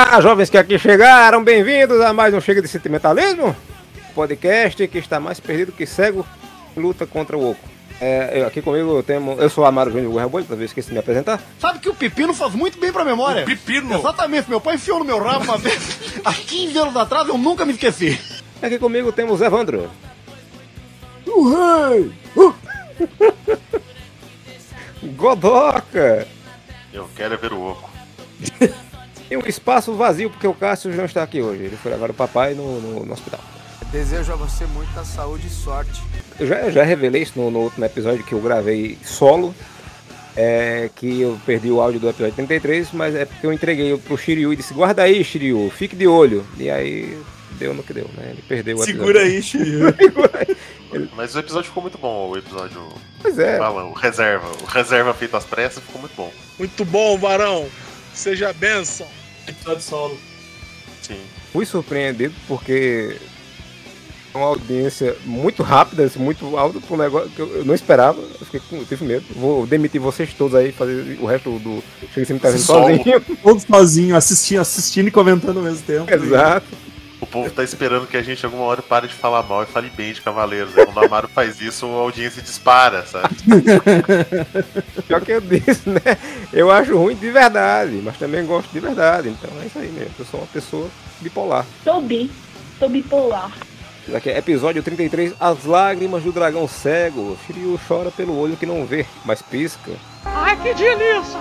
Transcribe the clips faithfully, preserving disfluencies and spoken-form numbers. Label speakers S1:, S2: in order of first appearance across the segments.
S1: Olá, jovens que aqui chegaram, bem-vindos a mais um Chega de Sentimentalismo, podcast que está mais perdido que cego em luta contra o oco. É, eu, aqui comigo eu, tenho, eu sou Amaro Júnior Guerra, talvez esqueci de me apresentar.
S2: Sabe que o pepino faz muito bem pra memória?
S3: O pepino?
S2: Exatamente, meu pai enfiou no meu rabo uma vez, há quinze anos atrás, eu nunca me esqueci.
S1: Aqui comigo temos Evandro.
S2: O rei! Uh!
S1: Godoca.
S3: Eu quero ver o oco.
S1: E um espaço vazio, porque o Cássio não está aqui hoje. Ele foi levar o papai no, no, no hospital.
S4: Desejo a você muita saúde e sorte.
S1: Eu já, eu já revelei isso no, no último episódio que eu gravei solo. É, que eu perdi o áudio do episódio trinta e três, mas é porque eu entreguei pro Shiryu e disse: guarda aí, Shiryu, fique de olho. E aí deu no que deu, né? Ele perdeu o episódio.
S2: Segura aí, Shiryu.
S3: Ele... Mas o episódio ficou muito bom, o episódio.
S1: Pois é.
S3: Fala, o reserva. O reserva feito às pressas ficou muito bom.
S5: Muito bom, varão. Seja bênção.
S2: Episódio solo.
S3: Sim.
S1: Fui surpreendido porque é uma audiência muito rápida, muito alta para um negócio que eu não esperava. Eu fiquei com, eu tive medo. Vou demitir vocês todos aí, fazer o resto do Chega Sem Tá sozinho.
S2: Todos sozinho, assistindo, assistindo e comentando ao mesmo tempo.
S1: Exato.
S3: O povo tá esperando que a gente alguma hora pare de falar mal e fale bem de Cavaleiros. Aí, quando o Amaro faz isso, a audiência dispara, sabe?
S1: Pior que eu disse, né? Eu acho ruim de verdade, mas também gosto de verdade. Então é isso aí mesmo. Eu sou uma pessoa bipolar.
S6: Sou bi. Sou bipolar.
S1: Isso aqui é episódio trinta e três, As Lágrimas do Dragão Cego. Shiryu chora pelo olho que não vê, mas pisca.
S5: Ai, que delícia!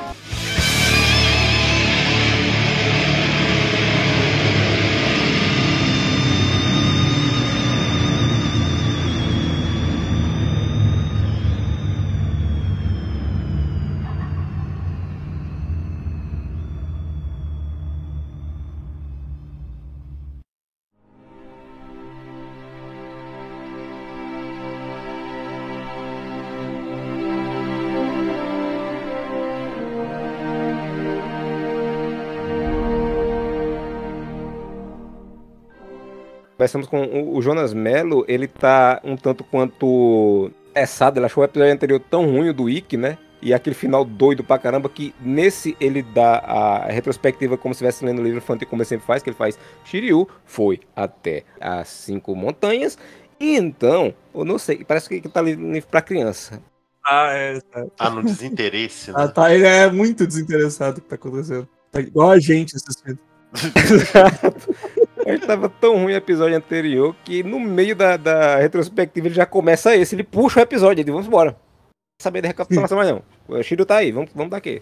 S1: Começamos com o, o Jonas Mello, ele tá um tanto quanto estressado, ele achou o episódio anterior tão ruim, o do Ikki, né? E aquele final doido pra caramba, que nesse ele dá a retrospectiva como se estivesse lendo o livro infantil, como ele sempre faz, que ele faz: Shiryu foi até as cinco montanhas, e então, eu não sei, parece que tá lendo livro pra criança.
S2: Ah, é. Tá,
S3: ah, no desinteresse, né?
S2: Ah, tá, ele é muito desinteressado no que tá acontecendo. Tá igual a gente assistindo.
S1: Exato. Ele tava tão ruim o episódio anterior que no meio da, da retrospectiva ele já começa esse, ele puxa o episódio, ele diz: vamos embora. Não quer saber da recapitulação mais não. O Shiryu tá aí, vamos, vamos daqui.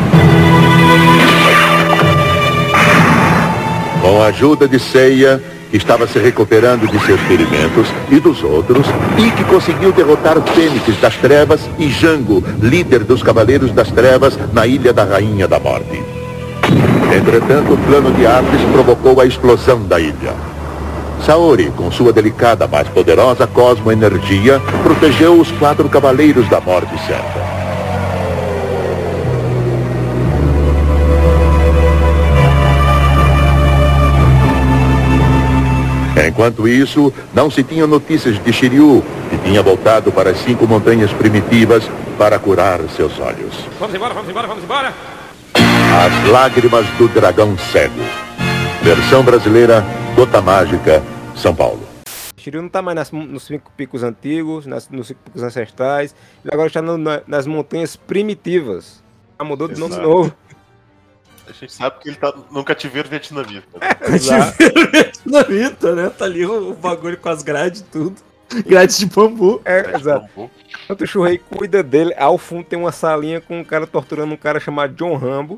S7: Com a ajuda de Seiya, que estava se recuperando de seus ferimentos, e dos outros, Ikki conseguiu derrotar Fênix das Trevas e Jango, líder dos Cavaleiros das Trevas, na Ilha da Rainha da Morte. Entretanto, o plano de Hades provocou a explosão da ilha. Saori, com sua delicada, mas poderosa cosmoenergia, protegeu os quatro Cavaleiros da Morte Certa. Enquanto isso, não se tinham notícias de Shiryu, que tinha voltado para as cinco montanhas primitivas para curar seus olhos.
S1: Vamos embora, vamos embora, vamos embora!
S7: As Lágrimas do Dragão Cego. Versão brasileira, Gota Mágica, São Paulo.
S1: Shiryu não tá mais nas, nos cinco picos antigos, nas, nos cinco picos ancestrais, ele agora está no, na, nas montanhas primitivas. Ah, mudou de nome de novo.
S3: A gente sabe que ele tá num cativeiro vietnamita.
S2: Né? Cativeiro vietnamita, né? Tá ali o, o bagulho com as grades e tudo. Grades de bambu.
S1: É, exato. Enquanto o Shurei cuida dele, ao fundo tem uma salinha com um cara torturando um cara chamado John Rambo.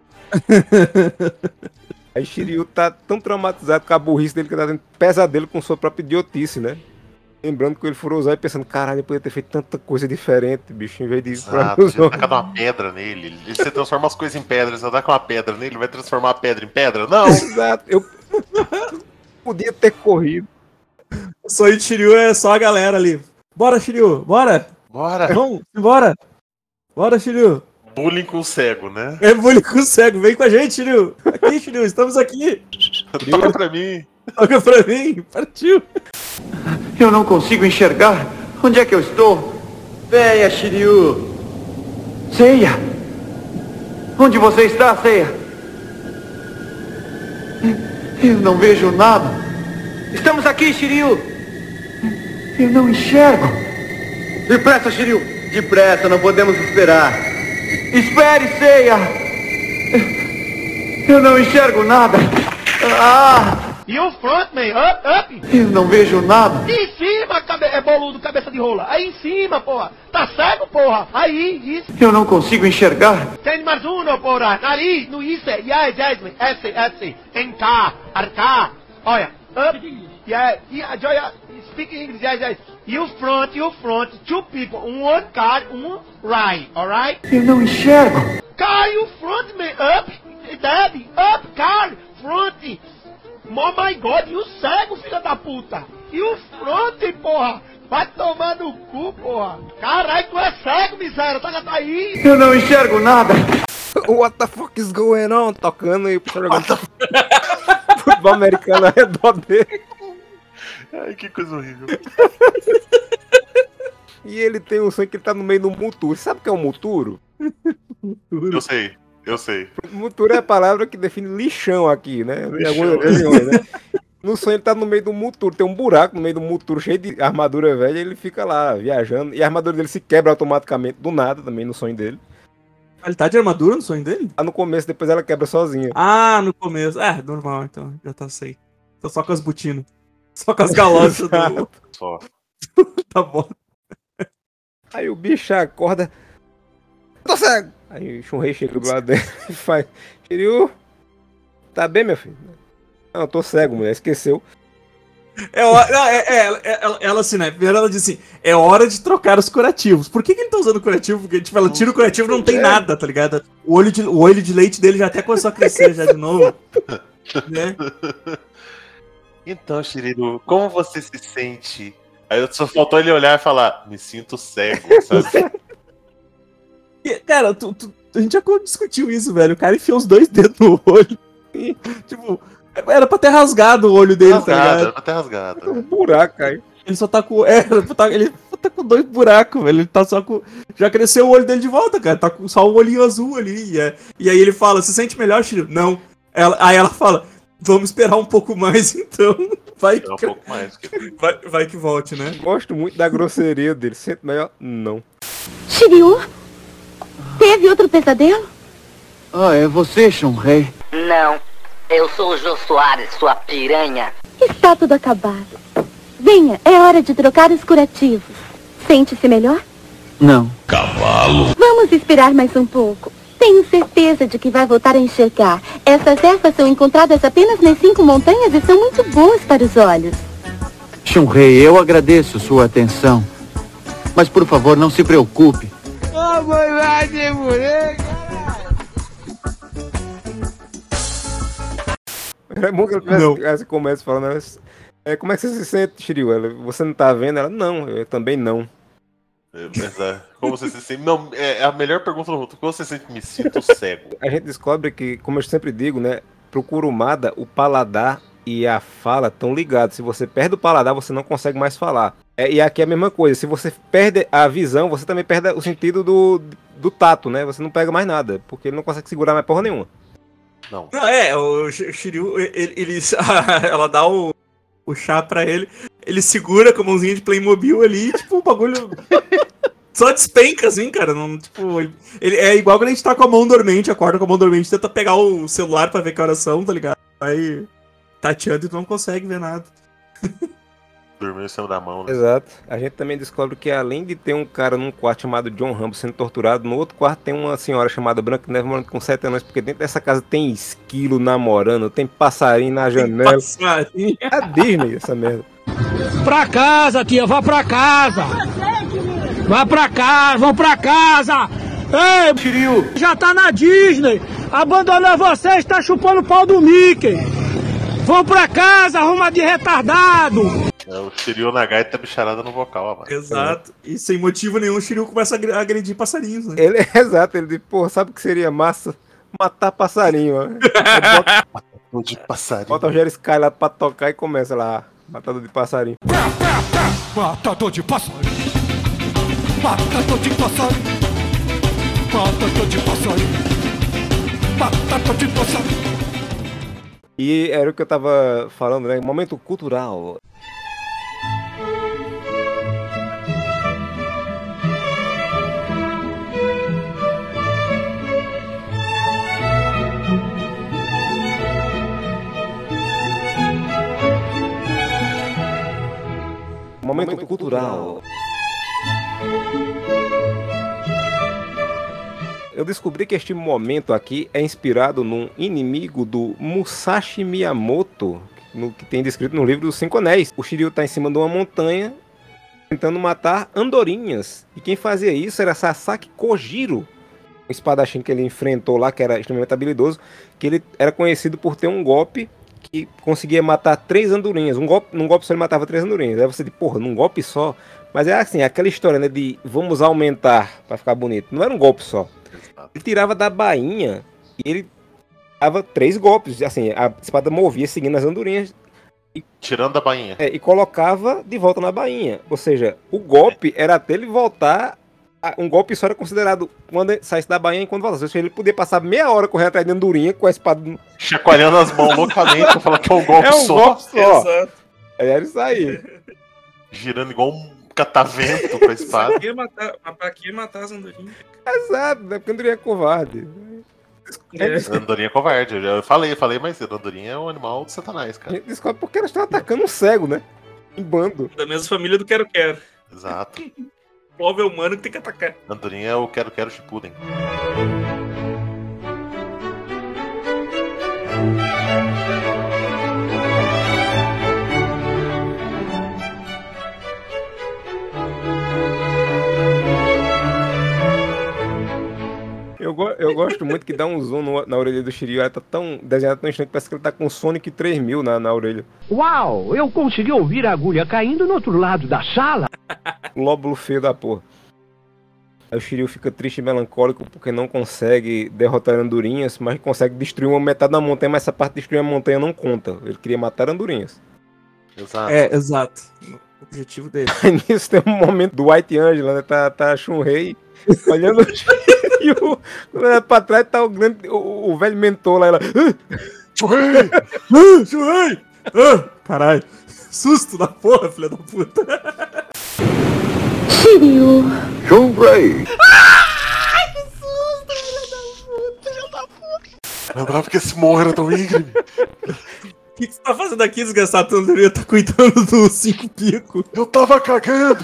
S1: Aí Shiryu tá tão traumatizado com a burrice dele que tá tendo pesadelo com sua própria idiotice, né? Lembrando que ele for usar e pensando: caralho, eu poderia ter feito tanta coisa diferente, bicho, em vez de isso.
S3: Exato, você taca uma pedra nele. Você transforma as coisas em pedra, você taca uma pedra nele, ele vai transformar a pedra em pedra? Não!
S1: Exato, eu podia ter corrido.
S2: O sonho de Shiryu é só a galera ali. Bora, Shiryu, bora!
S3: Bora!
S2: Vamos, bora! Bora, Shiryu!
S3: Bullying com o cego, né?
S2: É bullying com o cego, vem com a gente, Shiryu! Aqui, Shiryu, estamos aqui!
S3: Toca pra mim!
S2: Toca pra mim, partiu!
S4: Eu não consigo enxergar. Onde é que eu estou? Venha, Shiryu! Seiya! Onde você está, Seiya? Eu não vejo nada.
S8: Estamos aqui, Shiryu.
S4: Eu não enxergo. Depressa, Shiryu. Depressa, não podemos esperar. Espere, Seiya. Eu não enxergo nada. Ah!
S8: E o frontman, up, up.
S4: Eu não vejo nada.
S8: Em cima, cabe... é boludo, cabeça de rola. Aí em cima, porra. Tá cego, porra. Aí, isso.
S4: Eu não consigo enxergar.
S8: Tem mais um, porra. Nariz, no isso. Yeah, Jasmine. Esse, esse. Em cá, arcar. Olha. Up. Yeah, yeah, Joya. Speak English, yes, yes. You front, you front. Two people. One car, um right. Alright?
S4: Eu não enxergo.
S8: Car, you front, man. Up. Daddy. Up, car. Front. Oh my God, e o cego, filha da puta? E o fronte, porra? Vai tomar no cu, porra. Caralho, tu é cego, miséria. Tá aí.
S4: Eu não enxergo nada.
S1: What the fuck is going on? Tocando e jogando futebol americano ao redor dele.
S3: Ai, que coisa horrível.
S1: E ele tem um sonho que ele tá no meio do muturo. Sabe o que é um muturo?
S3: Eu sei. Eu sei.
S1: Muturo é a palavra que define lixão aqui, né? Em algumas regiões, né? No sonho ele tá no meio do muturo, tem um buraco no meio do muturo cheio de armadura velha, e ele fica lá viajando, e a armadura dele se quebra automaticamente, do nada também no sonho dele.
S2: Ele tá de armadura no sonho dele?
S1: Lá no começo, depois ela quebra sozinha.
S2: Ah, no começo. É, normal então, já tá sei. Tô só com as botinas. Só com as galochas do...
S3: Só.
S2: Tá bom.
S1: Aí o bicho acorda. Tô cego! Aí o Shunrei chega do lado dele e faz: Shiryu, tá bem, meu filho? Não, eu tô cego, mulher, esqueceu.
S2: É, hora, é, é, é ela, ela assim, né? Primeiro ela diz assim: é hora de trocar os curativos. Por que, que ele tá usando curativo? Porque tipo, ela tira o curativo e não tem nada, tá ligado? O olho, de, o olho de leite dele já até começou a crescer já de novo. Né?
S3: Então, Shiryu, como você se sente? Aí só faltou ele olhar e falar: me sinto cego, sabe?
S2: Cara, tu, tu, a gente já discutiu isso, velho. O cara enfiou os dois dedos no olho. E, tipo, era pra ter rasgado o olho dele,
S3: rasgado,
S2: tá ligado?
S3: Era pra ter rasgado.
S1: Um buraco aí.
S2: Ele só tá com. É, ele tá com dois buracos, velho. Ele tá só com. Já cresceu o olho dele de volta, cara. Tá com só o olhinho azul ali. E, é... e aí ele fala: se sente melhor, Shiryu? Não. Ela... Aí ela fala: vamos esperar um pouco mais, então. Vai que...
S3: um pouco mais. Que...
S2: Vai, vai que volte, né?
S1: Gosto muito da grosseria dele. Sente melhor? Não.
S6: Shiryu? Teve outro pesadelo?
S4: Ah, é você, Shunrei?
S9: Não, eu sou o Jô Soares, sua piranha.
S6: Está tudo acabado. Venha, é hora de trocar os curativos. Sente-se melhor?
S4: Não.
S6: Cavalo. Vamos esperar mais um pouco. Tenho certeza de que vai voltar a enxergar. Essas ervas são encontradas apenas nas cinco montanhas e são muito boas para os olhos.
S4: Shunrei, eu agradeço sua atenção. Mas por favor, não se preocupe.
S5: Ô, mãe, vai demorar,
S1: É bom que ela tivesse, começa falando, é, como é que você se sente, Shiryu? Ela, você não tá vendo? Ela, não, eu também não.
S3: É, como você se sente? Não, é a melhor pergunta do mundo. Como você se sente? Me sinto cego.
S1: A gente descobre que, como eu sempre digo, né, pro Kurumada, o paladar e a fala estão ligados. Se você perde o paladar, você não consegue mais falar. É, e aqui é a mesma coisa. Se você perde a visão, você também perde o sentido do, do tato, né? Você não pega mais nada, porque ele não consegue segurar mais porra nenhuma.
S3: Não.
S2: Não, é, o Shiryu, ele, ele, ela dá o, o chá pra ele, ele segura com a mãozinha de Playmobil ali, tipo, o bagulho só despenca, assim, cara, não, tipo, ele, ele é igual quando a gente tá com a mão dormente, acorda com a mão dormente, tenta pegar o celular pra ver que horas são, tá ligado? Aí, tateando e tu não consegue ver nada.
S3: Dormiu em cima da mão, né?
S1: Exato. A gente também descobre que além de ter um cara num quarto chamado John Rambo sendo torturado, no outro quarto tem uma senhora chamada Branca Neve morando com sete anos, porque dentro dessa casa tem esquilo namorando, tem passarinho na janela.
S2: Passarinho.
S1: É Disney essa merda.
S5: Pra casa, tia, vá pra casa. Vá pra casa, vão pra casa. Ei,
S4: Shiryu,
S5: já tá na Disney. Abandonou você, está chupando o pau do Mickey. Vão pra casa, arruma de retardado.
S3: É, o Shiryu na gaita bicharada no vocal, mano.
S2: Exato. E sem motivo nenhum, o Shiryu começa a agredir passarinhos, né?
S1: Ele é exato, ele diz, pô, sabe o que seria massa? Matar passarinho, ó.
S3: Bota, de passarinho.
S1: Bota o Jerry Sky lá pra tocar e começa lá, matador de passarinho.
S5: Matador de passarinho. Matador de passarinho. Matador de passarinho. Matador de passarinho.
S1: E era o que eu tava falando, né? Momento cultural. Momento, Momento cultural. cultural. Eu descobri que este momento aqui é inspirado num inimigo do Musashi Miyamoto, no, que tem descrito no livro dos Cinco Anéis. O Shiryu está em cima de uma montanha, tentando matar andorinhas. E quem fazia isso era Sasaki Kojiro, um espadachim que ele enfrentou lá, que era extremamente habilidoso, que ele era conhecido por ter um golpe que conseguia matar três andorinhas. Um golpe, num golpe só ele matava três andorinhas. Aí você diz, porra, num golpe só? Mas é assim, aquela história, né, de vamos aumentar para ficar bonito. Não era um golpe só. Ele tirava da bainha e ele dava três golpes. Assim, a espada movia seguindo as andorinhas. E,
S3: tirando da bainha.
S1: É, e colocava de volta na bainha. Ou seja, o golpe é. era até ele voltar. A, um golpe só era considerado quando ele saísse da bainha e quando voltasse. Ou seja, ele podia passar meia hora correndo atrás de andorinha com a espada.
S3: Chacoalhando as mãos loucamente pra falar que é um golpe
S1: é um
S3: só.
S1: Golpe só. Exato. Aí era isso aí.
S3: Girando igual um catavento com a espada.
S2: Pra que matar, pra que matar as andorinhas?
S1: Exato, né? Porque a andorinha é covarde.
S3: É. Andorinha é covarde. Eu falei, eu falei mais cedo. Andorinha é um animal de satanás, cara.
S1: Descobre porque elas estão atacando um cego, né? Em bando.
S2: Da mesma família do Quero Quero.
S3: Exato.
S2: O povo é humano que tem que atacar.
S3: Andorinha é o Quero Quero Shippuden.
S1: Eu, go eu gosto muito que dá um zoom no, na orelha do Shiryu. Ela tá tão desenhada tão estranho que parece que ele tá com Sonic três mil na, na orelha.
S5: Uau, eu consegui ouvir a agulha caindo no outro lado da sala.
S1: Lóbulo feio da porra. Aí o Shiryu fica triste e melancólico porque não consegue derrotar andorinhas, mas consegue destruir uma metade da montanha, mas essa parte de destruir a montanha não conta. Ele queria matar andorinhas.
S2: Exato. É, exato. O objetivo dele.
S1: Aí nisso tem um momento do White Angela, né? Tá, tá a Shunrei olhando o Shiryu. Quando ela pra trás tá o, grande, o, o velho mentor lá. Ela...
S2: Shunrei! Shunrei! Caralho. Susto da porra, filha da puta.
S6: Shiryu.
S7: Shunrei.
S8: Ai, que susto, filha da puta, filha da puta.
S3: Lembrava que esse morro era tão íngreme.
S2: O que, que você tá fazendo aqui, desgraçado? Tu não deveria estar cuidando dos cinco picos.
S3: Eu tava cagando.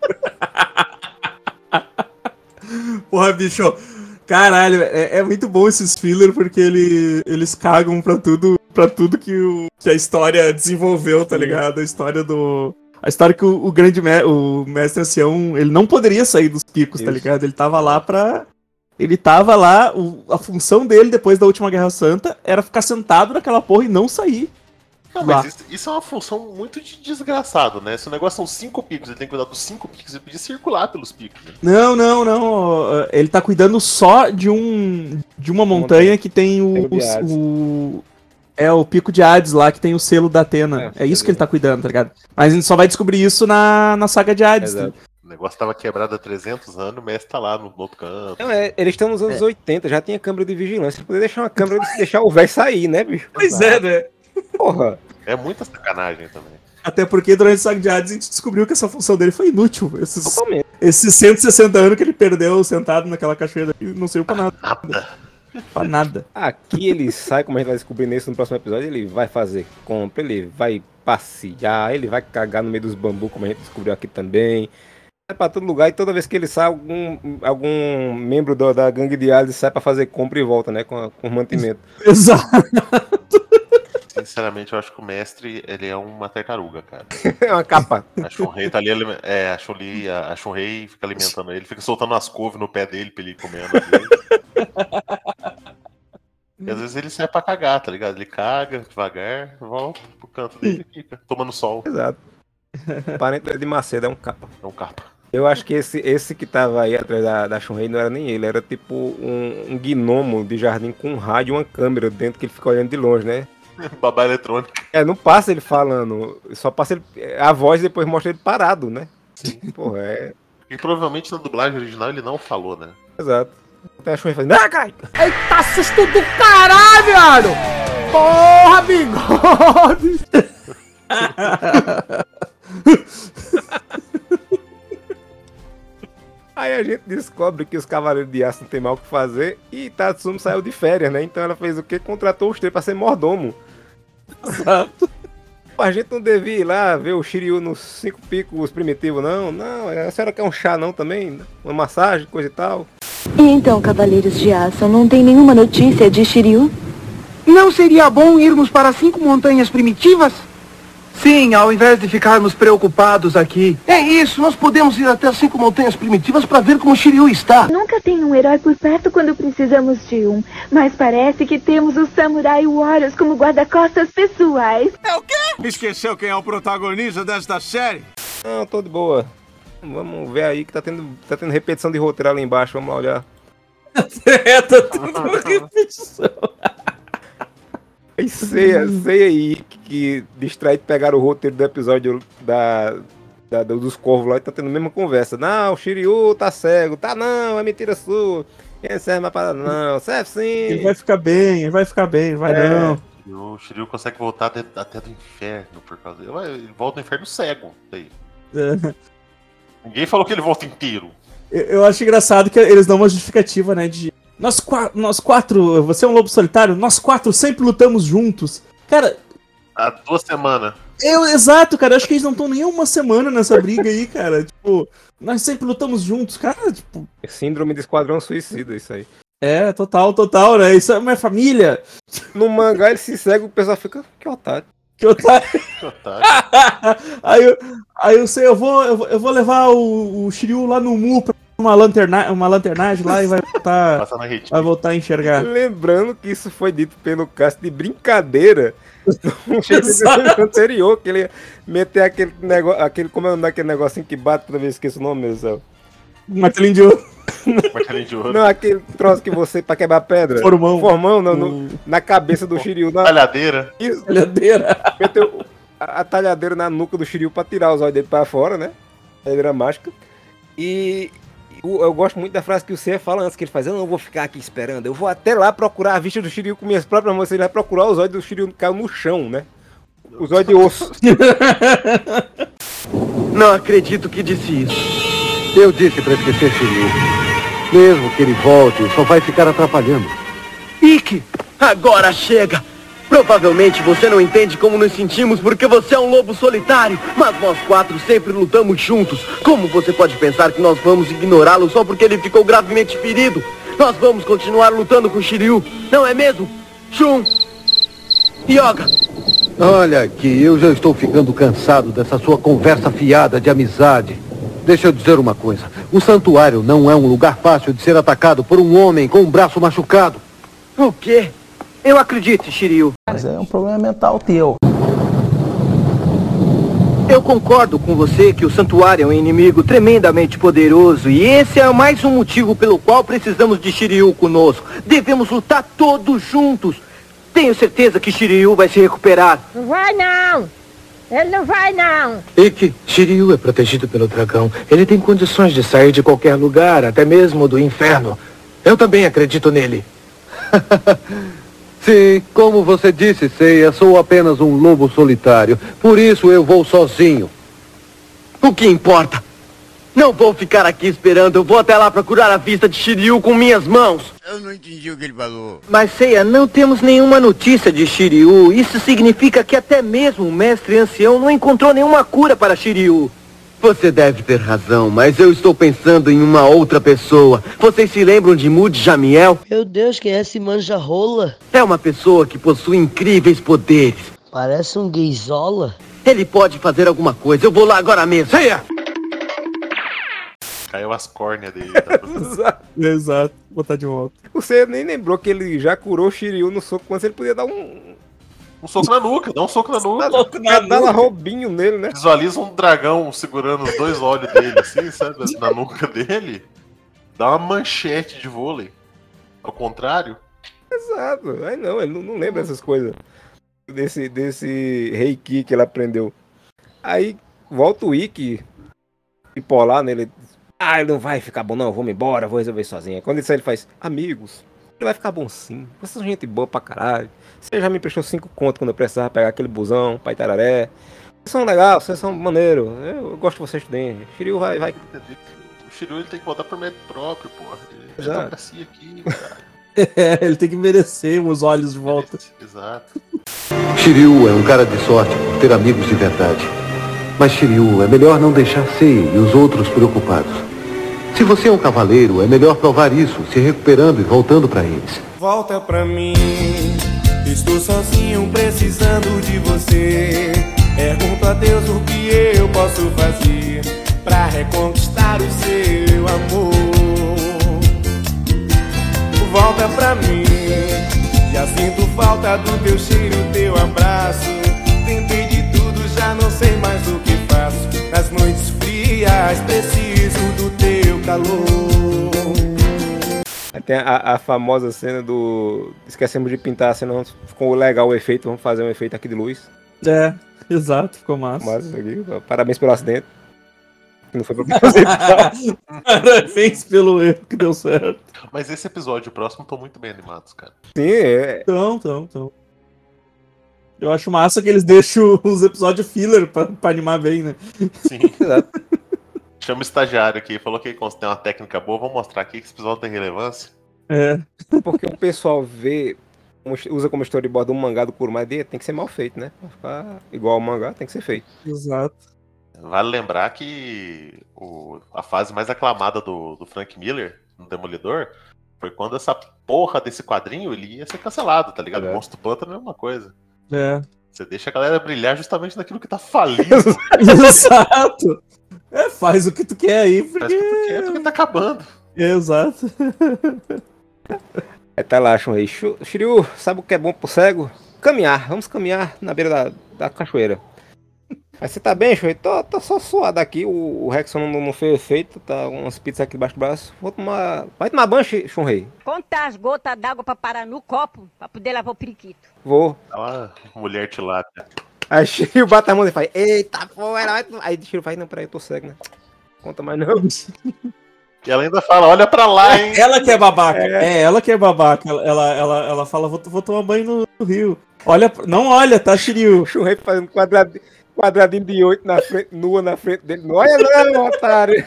S2: Porra, bicho. Caralho, é, é muito bom esses filler porque ele, eles cagam pra tudo, pra tudo que, o, que a história desenvolveu, tá ligado? A história do... A história que o, o grande me, o mestre ancião, ele não poderia sair dos picos, Isso. tá ligado? Ele tava lá pra... Ele tava lá, o, a função dele depois da última Guerra Santa era ficar sentado naquela porra e não sair.
S3: Não, mas isso, isso é uma função muito de desgraçado, né? Se o negócio são cinco picos, ele tem que cuidar dos cinco picos, ele podia circular pelos picos. Né?
S2: Não, não, não. Ele tá cuidando só de um de uma montanha, montanha. que tem o, o, o... É, o Pico de Hades lá, que tem o selo da Atena. É, é isso que ele tá cuidando, tá ligado? Mas a gente só vai descobrir isso na, na saga de Hades.
S1: Exato.
S2: Tá?
S3: O negócio tava quebrado há trezentos anos, o mestre tá lá no, no outro canto.
S1: Não, é, eles estão nos anos é. oitenta, já tinha câmera de vigilância. Poder deixar uma câmera e deixar o velho sair, né, bicho?
S2: Pois é, né?
S1: Porra.
S3: É muita sacanagem também.
S2: Até porque durante a saga de Hades a gente descobriu que essa função dele foi inútil. Esses, esses cento e sessenta anos que ele perdeu sentado naquela cachoeira não serviu pra nada.
S3: Nada.
S2: Pra nada.
S1: Aqui ele sai, como a gente vai descobrir nesse no próximo episódio, ele vai fazer compra, ele vai passear, ele vai cagar no meio dos bambus, como a gente descobriu aqui também. Sai pra todo lugar e toda vez que ele sai, algum, algum membro do, da gangue de Hades sai pra fazer compra e volta, né? Com, com mantimento.
S2: Exato.
S3: Sinceramente, eu acho que o mestre, ele é uma tartaruga, cara.
S1: É uma capa.
S3: A Shunrei tá ali, é, a Shunrei, a, a Shunrei fica alimentando ele, fica soltando as couves no pé dele pra ele ir comendo. E às vezes ele sai pra cagar, tá ligado? Ele caga devagar, volta pro canto dele e fica tomando sol.
S1: Exato. O parente de Macedo é um capa.
S3: É um capa.
S1: Eu acho que esse, esse que tava aí atrás da, da Shunrei não era nem ele, era tipo um, um gnomo de jardim com um rádio e uma câmera dentro que ele fica olhando de longe, né?
S3: Babá eletrônica.
S1: É, não passa ele falando, só passa ele, a voz e depois mostra ele parado, né?
S3: Sim.
S1: Porra, é...
S3: E provavelmente na dublagem original ele não falou, né?
S1: Exato. Até a Shunrei fazendo, ah, cai!
S5: Eita, susto do caralho, viado! Porra, bigode!
S1: Aí a gente descobre que os Cavaleiros de Aço não tem mal o que fazer e Tatsumi saiu de férias, né? Então ela fez o quê? Contratou os três pra ser mordomo.
S5: Exato.
S1: A gente não devia ir lá ver o Shiryu nos cinco picos primitivos, não. Não, a senhora quer um chá não também? Uma massagem, coisa e tal.
S6: E então, Cavaleiros de Aço, não tem nenhuma notícia de Shiryu?
S8: Não seria bom irmos para cinco montanhas primitivas? Sim, ao invés de ficarmos preocupados aqui. É isso, nós podemos ir até as cinco montanhas primitivas para ver como Shiryu está.
S6: Nunca tem um herói por perto quando precisamos de um. Mas parece que temos os Samurai Warriors como guarda-costas pessoais.
S5: É o quê? Esqueceu quem é o protagonista desta série?
S1: Não, tô de boa. Vamos ver aí que tá tendo, tá tendo repetição de roteiro ali embaixo, vamos lá olhar.
S2: É, tá tendo repetição.
S1: Aí sei, sei aí que, que distraído pegaram o roteiro do episódio da, da, dos corvos lá e tá tendo a mesma conversa. Não, o Shiryu tá cego. Tá não, é mentira sua. Quem serve mais para não, serve sim.
S2: Ele vai ficar bem, ele vai ficar bem, vai
S1: É.
S2: não.
S3: O Shiryu consegue voltar até, até do inferno por causa dele. Ele volta do inferno cego. Daí.
S2: É.
S3: Ninguém falou que ele volta inteiro.
S2: Eu, eu acho engraçado que eles dão uma justificativa, né, de... Nós, qua- nós quatro, você é um lobo solitário, nós quatro sempre lutamos juntos. Cara,
S3: Há duas semanas.
S2: eu, exato, cara, eu acho que eles não estão nem uma semana nessa briga aí, cara. Tipo, nós sempre lutamos juntos, cara, tipo...
S1: Síndrome de Esquadrão Suicida, isso aí.
S2: É, total, total, né? Isso é minha família.
S1: No mangá ele se cega, o pessoal fica, que otário.
S2: Que otário.
S3: Que otário.
S2: aí, eu, aí eu sei, eu vou, eu vou, eu vou levar o, o Shiryu lá no Mu pra uma, lanterna, uma lanternagem lá e vai voltar,
S3: Passa na rede.
S2: vai voltar a enxergar.
S1: Lembrando que isso foi dito pelo Cássio de brincadeira no
S2: Exato.
S1: anterior, que ele ia meter aquele negócio, aquele, como é o nome daquele negocinho que bate toda vez que esqueço o nome, meu céu.
S2: Martelinho de ouro.
S3: Martelinho de ouro.
S1: Não, aquele troço que você, pra quebrar pedra.
S2: Formão.
S1: Formão, não, no- na cabeça do Shiryu. Na,
S3: Talhadeira.
S1: isso,
S2: Talhadeira.
S1: meteu a, a talhadeira na nuca do Shiryu pra tirar os olhos dele pra fora, né? Talhadeira mágica. E eu, eu gosto muito da frase que o Seiya fala antes, que ele faz, eu não vou ficar aqui esperando, eu vou até lá procurar a vista do Shiryu com minhas próprias mãos. Ele vai procurar os olhos do Shiryu que caiu no chão, né? Os olhos de osso.
S8: Não acredito que disse isso.
S7: Eu disse pra esquecer Shiryu. Mesmo que ele volte, só vai ficar atrapalhando.
S8: Ikki, agora chega. Provavelmente você não entende como nos sentimos porque você é um lobo solitário, mas nós quatro sempre lutamos juntos. Como você pode pensar que nós vamos ignorá-lo só porque ele ficou gravemente ferido? Nós vamos continuar lutando com Shiryu, não é mesmo? Shun, Yoga.
S7: Olha aqui, eu já estou ficando cansado dessa sua conversa fiada de amizade. Deixa eu dizer uma coisa. O santuário não é um lugar fácil de ser atacado por um homem com um braço machucado.
S8: O quê? Eu acredito, Shiryu.
S5: Mas é um problema mental teu.
S8: Eu concordo com você que o santuário é um inimigo tremendamente poderoso e esse é mais um motivo pelo qual precisamos de Shiryu conosco. Devemos lutar todos juntos. Tenho certeza que Shiryu vai se recuperar.
S10: Não vai não! Ele não vai não!
S8: Ikki, Shiryu é protegido pelo dragão. Ele tem condições de sair de qualquer lugar, até mesmo do inferno. Eu também acredito nele.
S7: Sim, como você disse, Seiya, sou apenas um lobo solitário. Por isso eu vou sozinho.
S8: O que importa? Não vou ficar aqui esperando. Eu vou até lá procurar a vista de Shiryu com minhas mãos.
S11: Eu não entendi o que ele falou.
S8: Mas, Seiya, não temos nenhuma notícia de Shiryu. Isso significa que até mesmo o mestre ancião não encontrou nenhuma cura para Shiryu. Você deve ter razão, mas eu estou pensando em uma outra pessoa. Vocês se lembram de Mud Jamiel?
S12: Meu Deus, quem é esse manja rola?
S8: É uma pessoa que possui incríveis poderes.
S12: Parece um gaysola.
S8: Ele pode fazer alguma coisa. Eu vou lá agora mesmo. Seiya!
S3: Caiu as córneas dele. Tá?
S1: Exato.
S2: Exato, vou botar de volta.
S1: Você nem lembrou que ele já curou o Shiryu no soco, quando ele podia dar um...
S3: Um soco na nuca, dá um soco na nuca.
S1: Dá, dá um roubinho nele, né?
S3: Visualiza um dragão segurando os dois olhos dele, assim, sabe? Na nuca dele. Dá uma manchete de vôlei. Ao contrário.
S1: Exato. Aí não, ele não, não lembra dessas coisas. Desse, desse reiki que ele aprendeu. Aí volta o Ikki bipolar nele. Ah, ele não vai ficar bom não, vamos embora, vou resolver sozinho. Quando ele sai, ele faz, amigos, vai ficar bom sim. Vocês são gente boa pra caralho. Você já me prestou cinco contos quando eu precisava pegar aquele busão pra Itararé. Vocês são legais, vocês são maneiros. Eu, eu gosto de vocês também. Shiryu vai, vai.
S3: O Shiryu ele tem que voltar pro mérito próprio, porra. É democracia aqui, cara.
S2: É, ele tem que merecer os olhos de volta.
S3: Exato.
S7: Shiryu é um cara de sorte por ter amigos de verdade. Mas Shiryu, é melhor não deixar Sei e os outros preocupados. Se você é um cavaleiro, é melhor provar isso, se recuperando e voltando pra eles.
S13: Volta pra mim, estou sozinho precisando de você. Pergunto a Deus o que eu posso fazer pra reconquistar o seu amor. Volta pra mim, já sinto falta do teu cheiro, teu abraço. Tentei de tudo, já não sei mais o que faço. Nas noites frias, preciso do teu calor.
S1: Tem a, a famosa cena do... Esquecemos de pintar a cena, ficou legal o efeito, vamos fazer um efeito aqui de luz.
S2: É, exato, ficou massa.
S1: Massa isso aqui. Parabéns pelo acidente. Que não foi pra fazer.
S2: Parabéns pelo erro que deu certo.
S3: Mas esse episódio, o próximo, estão muito bem animados, cara.
S1: Sim, é.
S2: Então, então, então. Eu acho massa que eles deixam os episódios filler pra, pra animar bem, né?
S3: Sim, exato. Chama o estagiário aqui, falou que quando tem uma técnica boa, vamos mostrar aqui que esse episódio tem relevância.
S2: É.
S1: Porque o pessoal vê, usa como storyboard um mangá do Kurumai, tem que ser mal feito, né? Pra ficar igual ao mangá, tem que ser feito.
S2: Exato.
S3: Vale lembrar que o, a fase mais aclamada do, do Frank Miller, no Demolidor, foi quando essa porra desse quadrinho ele ia ser cancelado, tá ligado? É. O Monstro do Pântano é a mesma coisa.
S2: É.
S3: Você deixa a galera brilhar justamente naquilo que tá falindo.
S2: Exato. É, faz o que tu quer aí, porque...
S3: Faz o que tu quer, porque tá acabando.
S2: Exato.
S1: Aí tá lá, Shunrei. Shiryu, sabe o que é bom pro cego? Caminhar. Vamos caminhar na beira da, da cachoeira. Aí você tá bem, Shunrei? Tô, tô só suado aqui. O, o Rexon não, não fez efeito. Tá umas pizzas aqui debaixo do braço. Vou tomar... Vai tomar banho, Shunrei?
S10: Contar as gotas d'água pra parar no copo, pra poder lavar o periquito.
S1: Vou.
S3: Olha a mulher tilápia.
S1: Aí Shiryu bate a mão e faz, eita porra, aí Shiryu faz, não, peraí, eu tô cego, né? Conta mais não.
S3: E ela ainda fala, olha pra lá, hein?
S2: Ela que é babaca, é, é ela que é babaca. Ela, ela, ela, ela fala, vou, vou tomar banho no, no rio. Olha, não olha, tá, Shiryu?
S1: O Shunrei fazendo quadradinho, quadradinho de oito na frente, nua na frente dele. Não olha não, otário.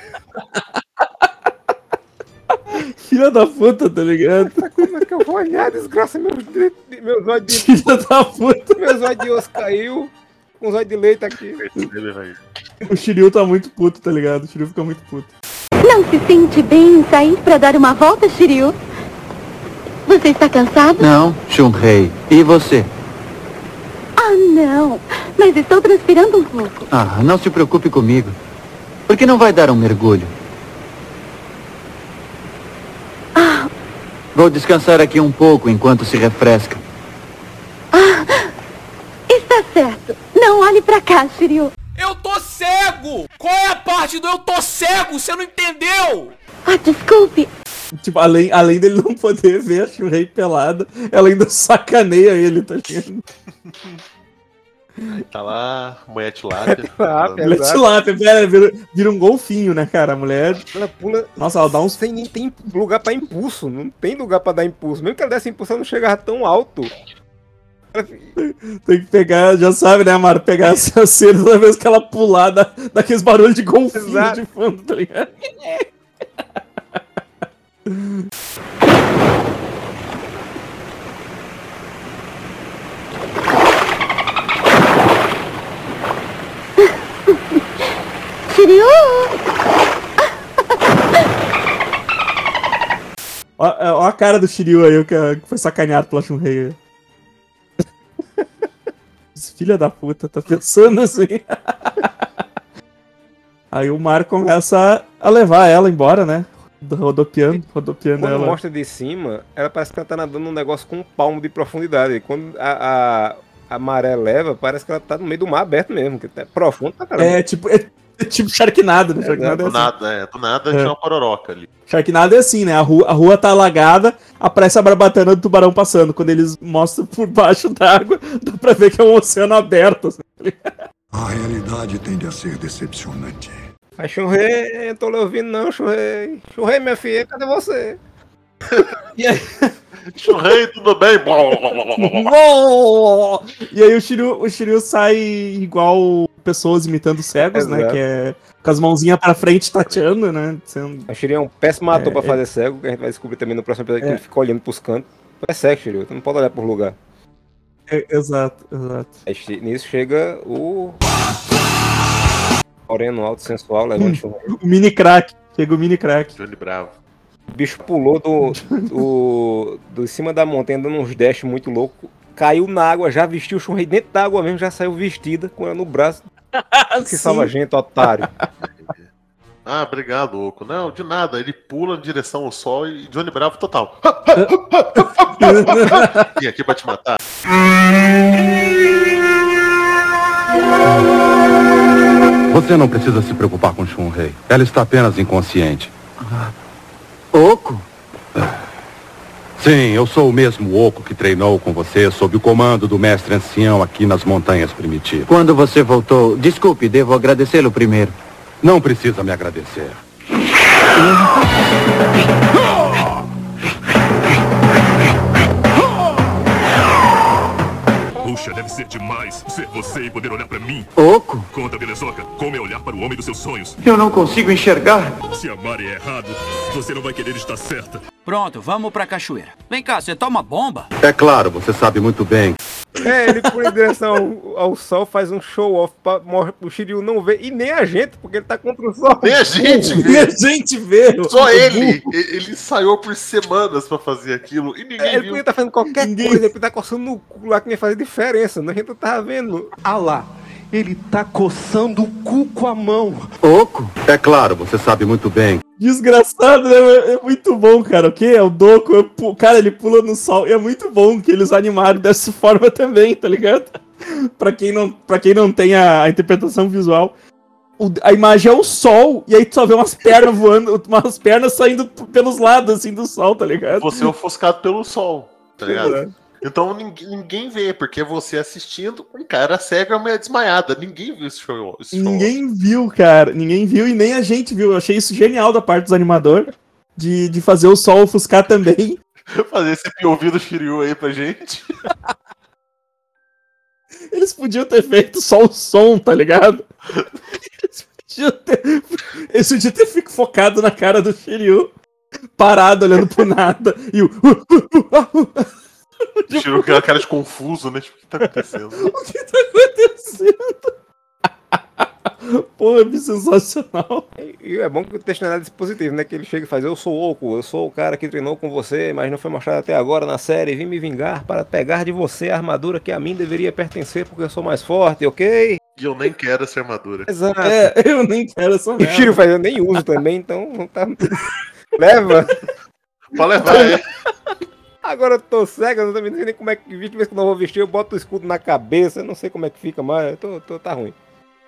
S2: Filha da puta, tá ligado?
S1: Como é que eu vou olhar, desgraça, meus, meus olhos de...
S2: Filha da puta.
S1: Meus olhos de osso caiu, com os olhos de leite aqui.
S2: O Shiryu tá muito puto, tá ligado? O Shiryu fica muito puto.
S6: Não se sente bem em sair pra dar uma volta, Shiryu? Você está cansado?
S7: Não, Shunrei. E você?
S6: Ah, não. Mas estou transpirando um pouco.
S7: Ah, não se preocupe comigo. Por que não vai dar um mergulho?
S6: Ah.
S7: Vou descansar aqui um pouco enquanto se refresca.
S6: Ah, está certo. Não olhe pra cá, Shiryu.
S5: Eu tô cego! Qual é a parte do eu tô cego? Você não entendeu?
S6: Ah, desculpe.
S2: Tipo, além, além dele não poder ver a Shunrei pelada, ela ainda sacaneia ele, tá ligado?
S3: Tá lá, mulher tilápia.
S2: Mulher tilápia, vira, vira, vira um golfinho, né, cara? A mulher...
S1: Ela pula...
S2: Nossa, ela dá uns...
S1: Sem nem tem lugar pra impulso, não tem lugar pra dar impulso. Mesmo que ela desse impulso, ela não chegava tão alto.
S2: Tem que pegar, já sabe, né, Amaro? Pegar essa cena toda vez que ela pular, dá, dá aqueles barulhos de golfinho. Exato. De fundo, tá ligado?
S6: Shiryu!
S2: Ó, ó a cara do Shiryu aí, que foi sacaneado pela Shunrei. Filha da puta, tá pensando assim. Aí o Mar começa a levar ela embora, né? Rodopiando, rodopiando
S1: Quando
S2: ela.
S1: Quando mostra de cima, ela parece que ela tá nadando num negócio com um palmo de profundidade. E quando a, a, a maré leva, parece que ela tá no meio do mar aberto mesmo, que é profundo pra caramba.
S2: É tipo, é, é tipo Sharknado, né?
S3: É,
S2: Sharknado
S3: é,
S2: é
S3: do
S2: assim.
S3: nada, é, do nada
S2: É.
S3: tinha uma pororoca ali.
S2: Sharknado é assim, né? A rua, a rua tá alagada, aparece a barbatana do tubarão passando. Quando eles mostram por baixo d'água, dá pra ver que é um oceano aberto. Assim.
S14: A realidade tende a ser decepcionante.
S1: Aí Shunrei, não tô lhe ouvindo não, Shunrei. Shunrei, minha filha, cadê você?
S2: E aí,
S3: Shunrei, tudo bem?
S2: E aí o Shiryu, o Shiryu sai igual pessoas imitando cegos,
S1: Exato.
S2: né? Que é com as mãozinhas pra frente tateando, né? Sendo...
S1: O Shiryu é um péssimo ator
S2: É,
S1: pra
S2: é-
S1: fazer cego, que a gente vai descobrir também no próximo episódio, que
S2: É.
S1: ele fica olhando pros cantos. Tu é cego, Shiryu, tu não pode olhar por lugar.
S2: é- exato, exato.
S1: Aí che- nisso chega o... Moreno alto, sensual, levando Shunrei.
S2: O mini crack. Chega o mini crack.
S3: Johnny Bravo.
S1: O bicho pulou do, do, do cima da montanha, dando uns dash muito louco. Caiu na água, já vestiu o Shunrei dentro da água mesmo, já saiu vestida com ela no braço. Que salva a gente, otário.
S3: Ah, obrigado, Oco. Não, de nada. Ele pula em direção ao sol e Johnny Bravo total. E aqui pra te matar.
S7: Você não precisa se preocupar com Shunrei. Ela está apenas inconsciente.
S4: Oco?
S7: Sim, eu sou o mesmo Oco que treinou com você sob o comando do mestre ancião aqui nas montanhas primitivas.
S4: Quando você voltou, desculpe, devo agradecê-lo primeiro.
S7: Não precisa me agradecer.
S15: Puxa, deve ser demais ser você e poder olhar pra mim.
S4: Oco?
S15: Conta, belezoca, como é olhar para o homem dos seus sonhos.
S4: Eu não consigo enxergar.
S15: Se amar é errado, você não vai querer estar certa.
S16: Pronto, vamos pra cachoeira. Vem cá, você toma bomba?
S7: É claro, você sabe muito bem.
S1: É, ele pula em direção ao, ao sol, faz um show-off pra mor- o Shiryu não ver, e nem a gente, porque ele tá contra o sol.
S3: Nem a gente
S2: E
S3: vê.
S2: a gente vê.
S3: Só ele. E- Ele ensaiou por semanas pra fazer aquilo e ninguém
S1: É, ele
S3: viu.
S1: podia estar fazendo qualquer
S2: Ninguém-
S1: coisa, ele podia estar coçando no cu lá que nem faz diferença, né? A gente não tava vendo.
S8: Ah lá, ele tá coçando o cu com a mão.
S7: Oco? É claro, você sabe muito bem.
S2: Desgraçado, né? É muito bom, cara. O que? É o Doku. é pu- Cara, ele pula no sol. E é muito bom que eles animaram dessa forma também, tá ligado? Pra quem não, pra quem não tem a, a interpretação visual, o- a imagem é o sol, e aí tu só vê umas pernas voando, umas pernas saindo p- pelos lados, assim, do sol, tá ligado?
S3: Você é ofuscado pelo sol, tá ligado?
S2: É.
S3: Então ninguém, ninguém vê, porque você assistindo, um cara cego e uma mulher desmaiada. Ninguém viu esse show. Esse show.
S2: Ninguém viu, cara. Ninguém viu e nem a gente viu. Eu achei isso genial da parte dos animadores. De, de fazer o sol ofuscar também.
S3: Fazer esse P O V do Shiryu aí pra gente.
S2: Eles podiam ter feito só o som, tá ligado? Eles podiam ter, eles podiam ter ficado focado na cara do Shiryu, parado, olhando pro nada. E o.
S3: O Shiryu com aquela cara de confuso, né? Tipo, o que tá acontecendo?
S2: O que tá acontecendo? Pô, é sensacional.
S1: E é bom que o texto não é nada dispositivo, né? Que ele chega e faz, eu sou o Oco, eu sou o cara que treinou com você, mas não foi mostrado até agora na série, vim me vingar para pegar de você a armadura que a mim deveria pertencer, porque eu sou mais forte, ok?
S3: E eu nem quero essa armadura.
S1: Exato.
S2: É, eu nem quero essa
S1: E o
S2: merda.
S1: Shiryu faz, eu nem uso também, então não tá... Leva.
S3: Pode levar, é.
S1: Agora eu tô cego, eu não sei nem como é que viste, vez que eu não vou vestir, eu boto o escudo na cabeça, eu não sei como é que fica mais, eu tô, tô, tá ruim.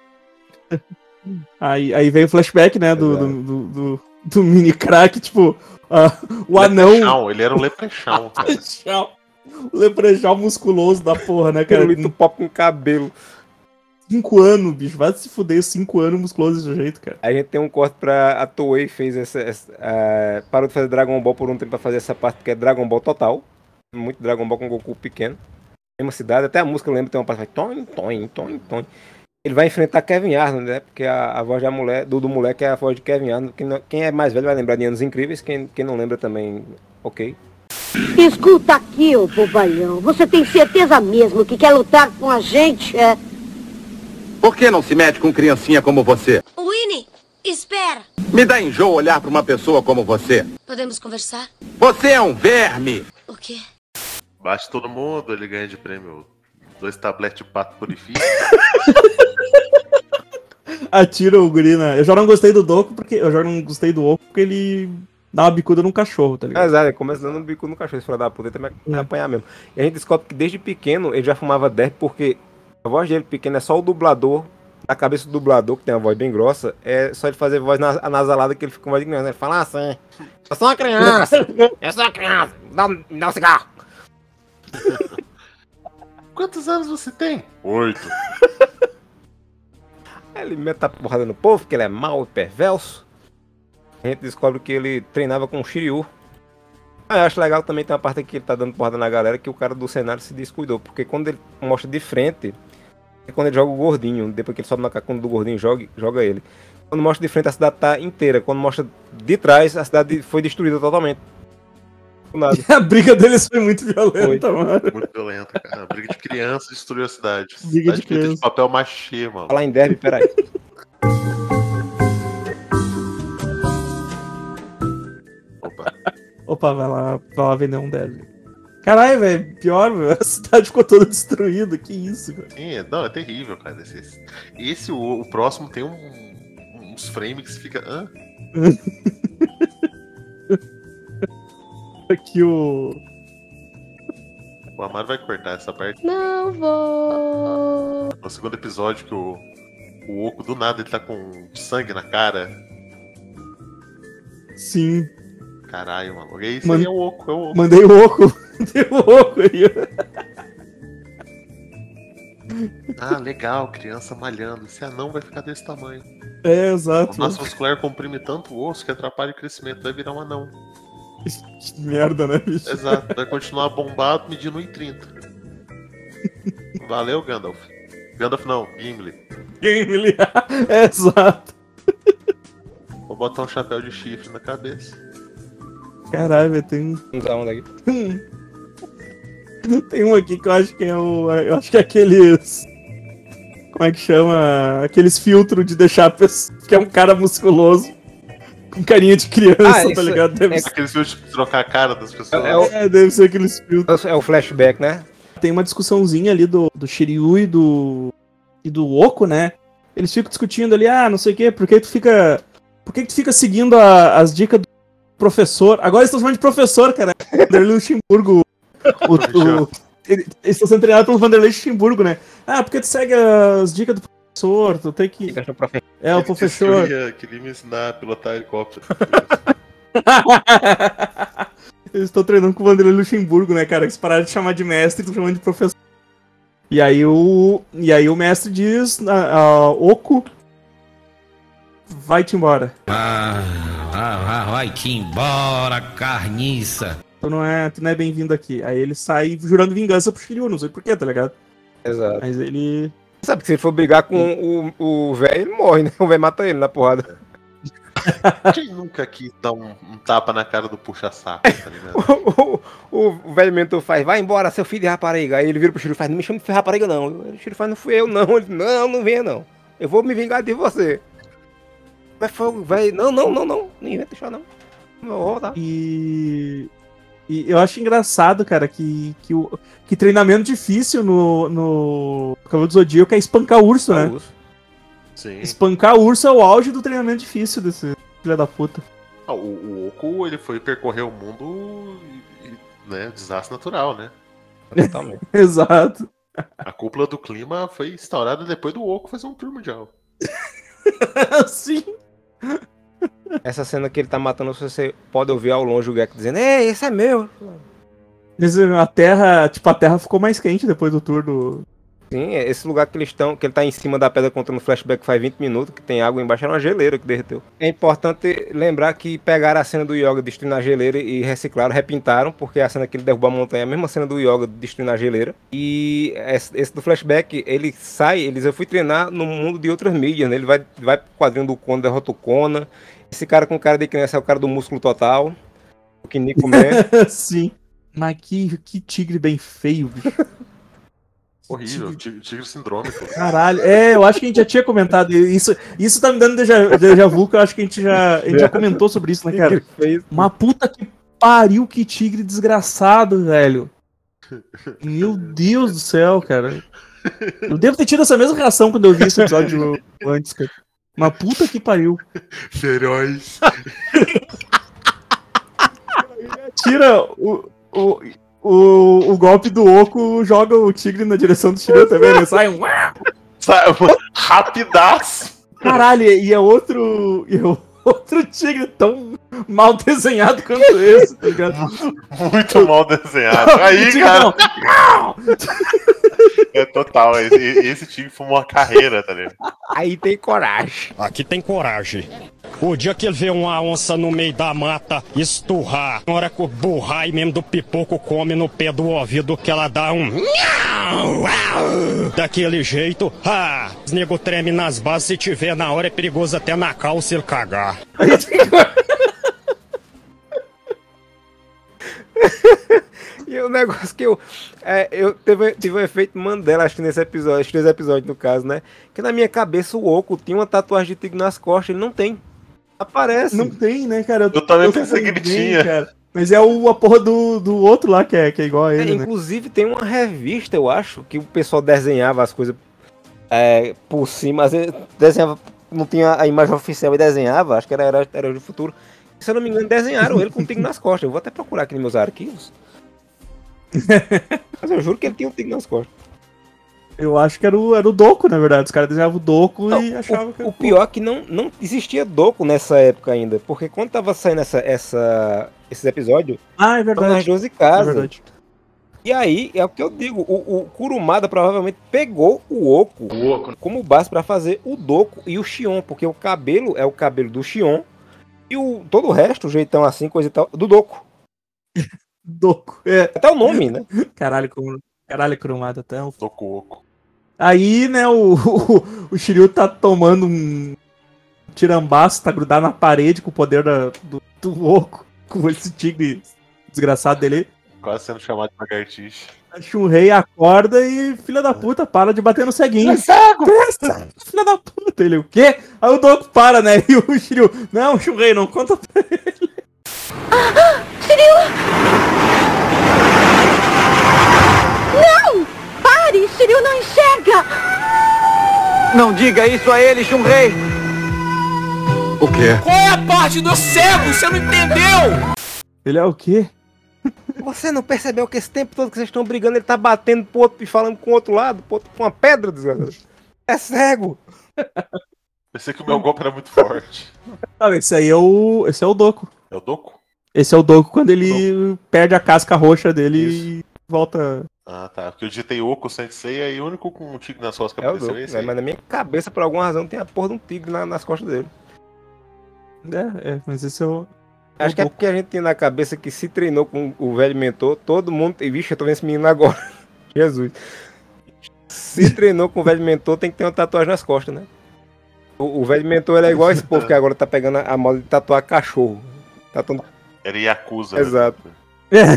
S2: Aí, aí veio o flashback, né, do, do, do, do, do mini crack, tipo, ah, o anão.
S3: Leprechão, ele era um leprechão. cara.
S2: Leprechão. O leprechão musculoso da porra, né, cara?
S1: Pirulito pop com cabelo.
S2: Cinco anos, bicho. Vai se fuder, cinco anos musculoso desse jeito, cara.
S1: A gente tem um corte pra a Toei fez essa. essa uh, parou de fazer Dragon Ball por um tempo pra fazer essa parte que é Dragon Ball total. Muito Dragon Ball com Goku pequeno. Mesma cidade, até a música lembra, tem uma parte que vai toin, toin, toin, toin. Ele vai enfrentar Kevin Arnold, né? Porque a, a voz da mulher, do, do moleque é a voz de Kevin Arnold. Quem, não, quem é mais velho vai lembrar de Anos Incríveis, quem, quem não lembra também, ok.
S17: Escuta aqui, ô bobalhão. Você tem certeza mesmo que quer lutar com a gente, é?
S7: Por que não se mete com criancinha como você?
S18: Winnie, espera.
S7: Me dá enjoo olhar pra uma pessoa como você.
S18: Podemos conversar?
S7: Você é um verme!
S18: O quê?
S3: Bate todo mundo, ele ganha de prêmio dois tabletes de pato purifica.
S2: Atira o guri, né? Eu já não gostei do Doku, porque eu já não gostei do Oco porque ele dá uma bicuda num cachorro, tá ligado?
S1: Exato, ele começa dando um bico no cachorro, esse filho da puta, ele também vai apanhar mesmo. E a gente descobre que desde pequeno ele já fumava derp porque a voz dele pequena é só o dublador, a cabeça do dublador, que tem uma voz bem grossa, é só ele fazer voz nas- anasalada que ele fica com voz de criança. Ele fala assim, eu sou uma criança, eu sou uma criança, dá um, me dá um cigarro.
S3: Quantos anos você tem? Oito.
S1: Ele mete a porrada no povo, que ele é mau e perverso. A gente descobre que ele treinava com o Shiryu. Eu acho legal também, tem uma parte aqui que ele tá dando porrada na galera, que o cara do cenário se descuidou, porque quando ele mostra de frente, é quando ele joga o gordinho, depois que ele sobe na cacunda do gordinho, joga, joga ele. Quando mostra de frente, a cidade tá inteira, quando mostra de trás, a cidade foi destruída totalmente. Nada.
S2: A briga deles foi muito violenta, foi. mano.
S3: Muito violenta, cara. A briga de criança destruiu a cidade.
S2: Briga
S3: cidade
S2: de criança.
S3: de papel machê, mano.
S1: Falar em derby, peraí.
S3: Opa.
S2: Opa, vai lá, vai lá vender um derby. Caralho, velho, pior, velho. A cidade ficou toda destruída. Que isso, cara.
S3: Sim, não, é terrível, cara. Esse, esse o, o próximo tem um, uns frames que você fica. Hã?
S2: Aqui o.
S3: O Amaro vai cortar essa parte.
S6: Não vou.
S3: No segundo episódio, que o, o Oco do nada ele tá com sangue na cara.
S2: Sim.
S3: Caralho, mano. Esse
S2: Man...
S3: aí é o Oco, é o Oco.
S2: Mandei o Oco. Mandei o Oco aí.
S3: Ah, legal, criança malhando. Esse anão vai ficar desse tamanho.
S2: É, exato.
S3: O massa muscular comprime tanto o osso que atrapalha o crescimento. Vai virar um anão.
S2: Que merda, né, bicho?
S3: Exato, vai continuar bombado medindo um e trinta. Valeu, Gandalf. Gandalf não, Gimli.
S2: Gimli, é, exato.
S3: Vou botar um chapéu de chifre na cabeça.
S2: Caralho, velho, tem
S1: um... daqui.
S2: Tem um aqui que eu acho que é o... Eu acho que é aqueles... Como é que chama? Aqueles filtros de deixar... Que é um cara musculoso. Com carinha de criança, ah, tá ligado? Deve
S3: é
S2: ser...
S3: aqueles filtros de trocar a cara das pessoas.
S2: É, é, deve ser aqueles filtros.
S1: É o flashback, né?
S2: Tem uma discussãozinha ali do, do Shiryu e do... E do Oco, né? Eles ficam discutindo ali, ah, não sei o quê, por que tu fica... Por que tu fica seguindo a, as dicas do professor? Agora eles estão chamando de professor, cara. Vanderlei Luxemburgo. O, o, eles estão sendo treinados pelo Vanderlei Luxemburgo, né? Ah, por que tu segue as dicas do professor? Tu tem que... É, o professor.
S3: Queria, queria me ensinar a pilotar helicóptero.
S2: Eles estão treinando com o Vanderlei Luxemburgo, né, cara? Eles pararam de chamar de mestre e estão chamando de professor. E aí o, e aí o mestre diz, a, a, Oco, vai-te embora.
S19: Ah, ah, vai-te embora, carniça.
S2: Tu não é, tu não é bem-vindo aqui. Aí ele sai jurando vingança pro Shiryu, não sei porquê, tá ligado?
S1: Exato.
S2: Mas ele...
S1: Sabe que se ele for brigar com o velho, ele morre, né? O velho mata ele na porrada.
S3: Quem nunca quis dar um, um tapa na cara do puxa-saco, tá
S2: E... E eu acho engraçado, cara, que, que, o, que treinamento difícil no, no Cavaleiro do Zodíaco é espancar urso, né?
S3: Urso. Sim.
S2: Espancar urso é o auge do treinamento difícil desse filho da puta.
S3: Ah, o, o Oco, ele foi percorrer o mundo, né, desastre natural, né?
S1: Totalmente.
S2: Exato.
S3: A cúpula do clima foi instaurada depois do Oco fazer um tour mundial.
S2: Sim.
S1: Essa cena que ele tá matando, você pode ouvir ao longe o Gekko dizendo, ei, esse é meu.
S2: A terra, tipo, a terra ficou mais quente depois do tour do...
S1: Sim, esse lugar que eles estão, que ele tá em cima da pedra contando no flashback faz vinte minutos, que tem água embaixo, era uma geleira que derreteu. É importante lembrar que pegaram a cena do Yoga destruindo a geleira e reciclaram, repintaram, porque a cena que ele derrubou a montanha é a mesma cena do Yoga destruindo a geleira. E esse do flashback, ele sai, eles eu fui treinar no mundo de outras mídias, né? Ele vai, vai pro quadrinho do Conan, derrota o Conan. Esse cara com cara de criança é o cara do músculo total. O Kiniko Man.
S2: Sim. Mas que, que tigre bem feio, bicho.
S3: Horrível, tigre, tigre sindrômico.
S2: Caralho, é, eu acho que a gente já tinha comentado isso. Isso tá me dando déjà, déjà vu, que eu acho que a gente já, a gente já comentou sobre isso, né, cara? Uma puta que pariu, que tigre desgraçado, velho. Meu Deus do céu, cara. Eu devo ter tido essa mesma reação quando eu vi esse episódio antes, cara. Uma puta que pariu.
S3: Feroz.
S2: Tira o, o, o, o golpe do Oco, joga o tigre na direção do Shiryu também, né? Sai um...
S3: Sai rapidaço.
S2: Caralho, e é outro... E é outro tigre tão mal desenhado quanto esse, tá ligado?
S3: Muito mal desenhado. Aí, cara... É total, esse, esse tigre foi uma carreira, tá ligado?
S1: Aí tem coragem.
S19: Aqui tem coragem.
S5: O dia que ele vê uma onça no meio da mata esturrar, na hora que o burrai mesmo do pipoco come no pé do ouvido, que ela dá um... daquele jeito, ah, os nego treme nas bases, se tiver na hora é perigoso até na calça ele cagar.
S1: E o negócio que eu. É, eu teve, tive um efeito Mandela, acho que nesse episódio, acho que nesse episódio no caso, né? Que na minha cabeça o Oco tinha uma tatuagem de tigre nas costas, ele não tem. Aparece.
S2: Não tem, né, cara?
S3: Eu também eu pensei que ele tinha.
S2: Cara. Mas é o, a porra do, do outro lá que é, que é igual a ele,
S1: é,
S2: né?
S1: Inclusive tem uma revista, eu acho, que o pessoal desenhava as coisas é, por cima, às vezes desenhava, não tinha a imagem oficial e desenhava, acho que era, era, era do futuro. Se eu não me engano, desenharam ele com um tigre nas costas. Eu vou até procurar aqui nos meus arquivos. Mas eu juro que ele tinha um tigre nas costas.
S2: Eu acho que era o, era o Doku, na verdade. Os caras desenhavam o Doku não, e achavam
S1: o,
S2: que...
S1: O pior é que não, não existia Doku nessa época ainda. Porque quando tava saindo essa, essa, esses episódios...
S2: Ah, é verdade.
S1: Nas doze casas.
S2: É verdade.
S1: E aí, é o que eu digo. O, o Kurumada provavelmente pegou o Oco, o Oco como base pra fazer o Doku e o Shion. Porque o cabelo é o cabelo do Shion. E o, todo o resto, o jeitão assim, coisa e tal, do Doku.
S2: Doku, é.
S1: Até o nome, né?
S2: Caralho, como... Caralho, Kurumada até o
S3: Doku Oco.
S2: Aí, né, o, o, o Shiryu tá tomando um tirambaço, tá grudado na parede com o poder da, do, do Oco, com esse tigre desgraçado dele.
S3: Quase sendo chamado de lagartixa.
S2: A Shunrei acorda e, filha da puta, para de bater no ceguinho.
S1: É cego!
S2: Filha da puta, ele, o quê? Aí o Doku para, né, e o Shiryu, não, Shunrei, não conta pra ele.
S6: Ah, Shiryu! Não! Pare, Shiryu não enxerga!
S4: Não diga isso a ele, Shunrei!
S7: O quê?
S16: Qual é a parte do cego? Você não entendeu?
S2: Ele é o quê?
S1: Você não percebeu que esse tempo todo que vocês estão brigando, ele tá batendo pro outro e falando com o outro lado, pro outro, com uma pedra, desgraçado. É cego!
S3: Pensei que o meu golpe era muito forte.
S2: Ah, esse aí é o. Esse é o Doku.
S3: É o Doku?
S2: Esse é o Doku quando ele Doku. perde a casca roxa dele
S3: Isso.
S2: e volta.
S3: Ah, tá. Porque eu digitei Oco Sensei, aí o único com um tigre nas costas que
S1: É o
S3: apareceu
S1: Doku,
S3: é esse
S1: né?
S3: aí.
S1: Mas na minha cabeça, por alguma razão, tem a porra de um tigre na, nas costas dele.
S2: É, é, mas esse é o.
S1: Acho que é porque a gente tem na cabeça que se treinou com o velho mentor, todo mundo. E vixe, eu tô vendo esse menino agora. Jesus. Se treinou com o velho mentor, tem que ter uma tatuagem nas costas, né? O, o velho mentor ele é igual esse povo que agora tá pegando a, a moda de tatuar cachorro. Tatuando...
S3: Era Yakuza.
S1: Exato.
S2: Né?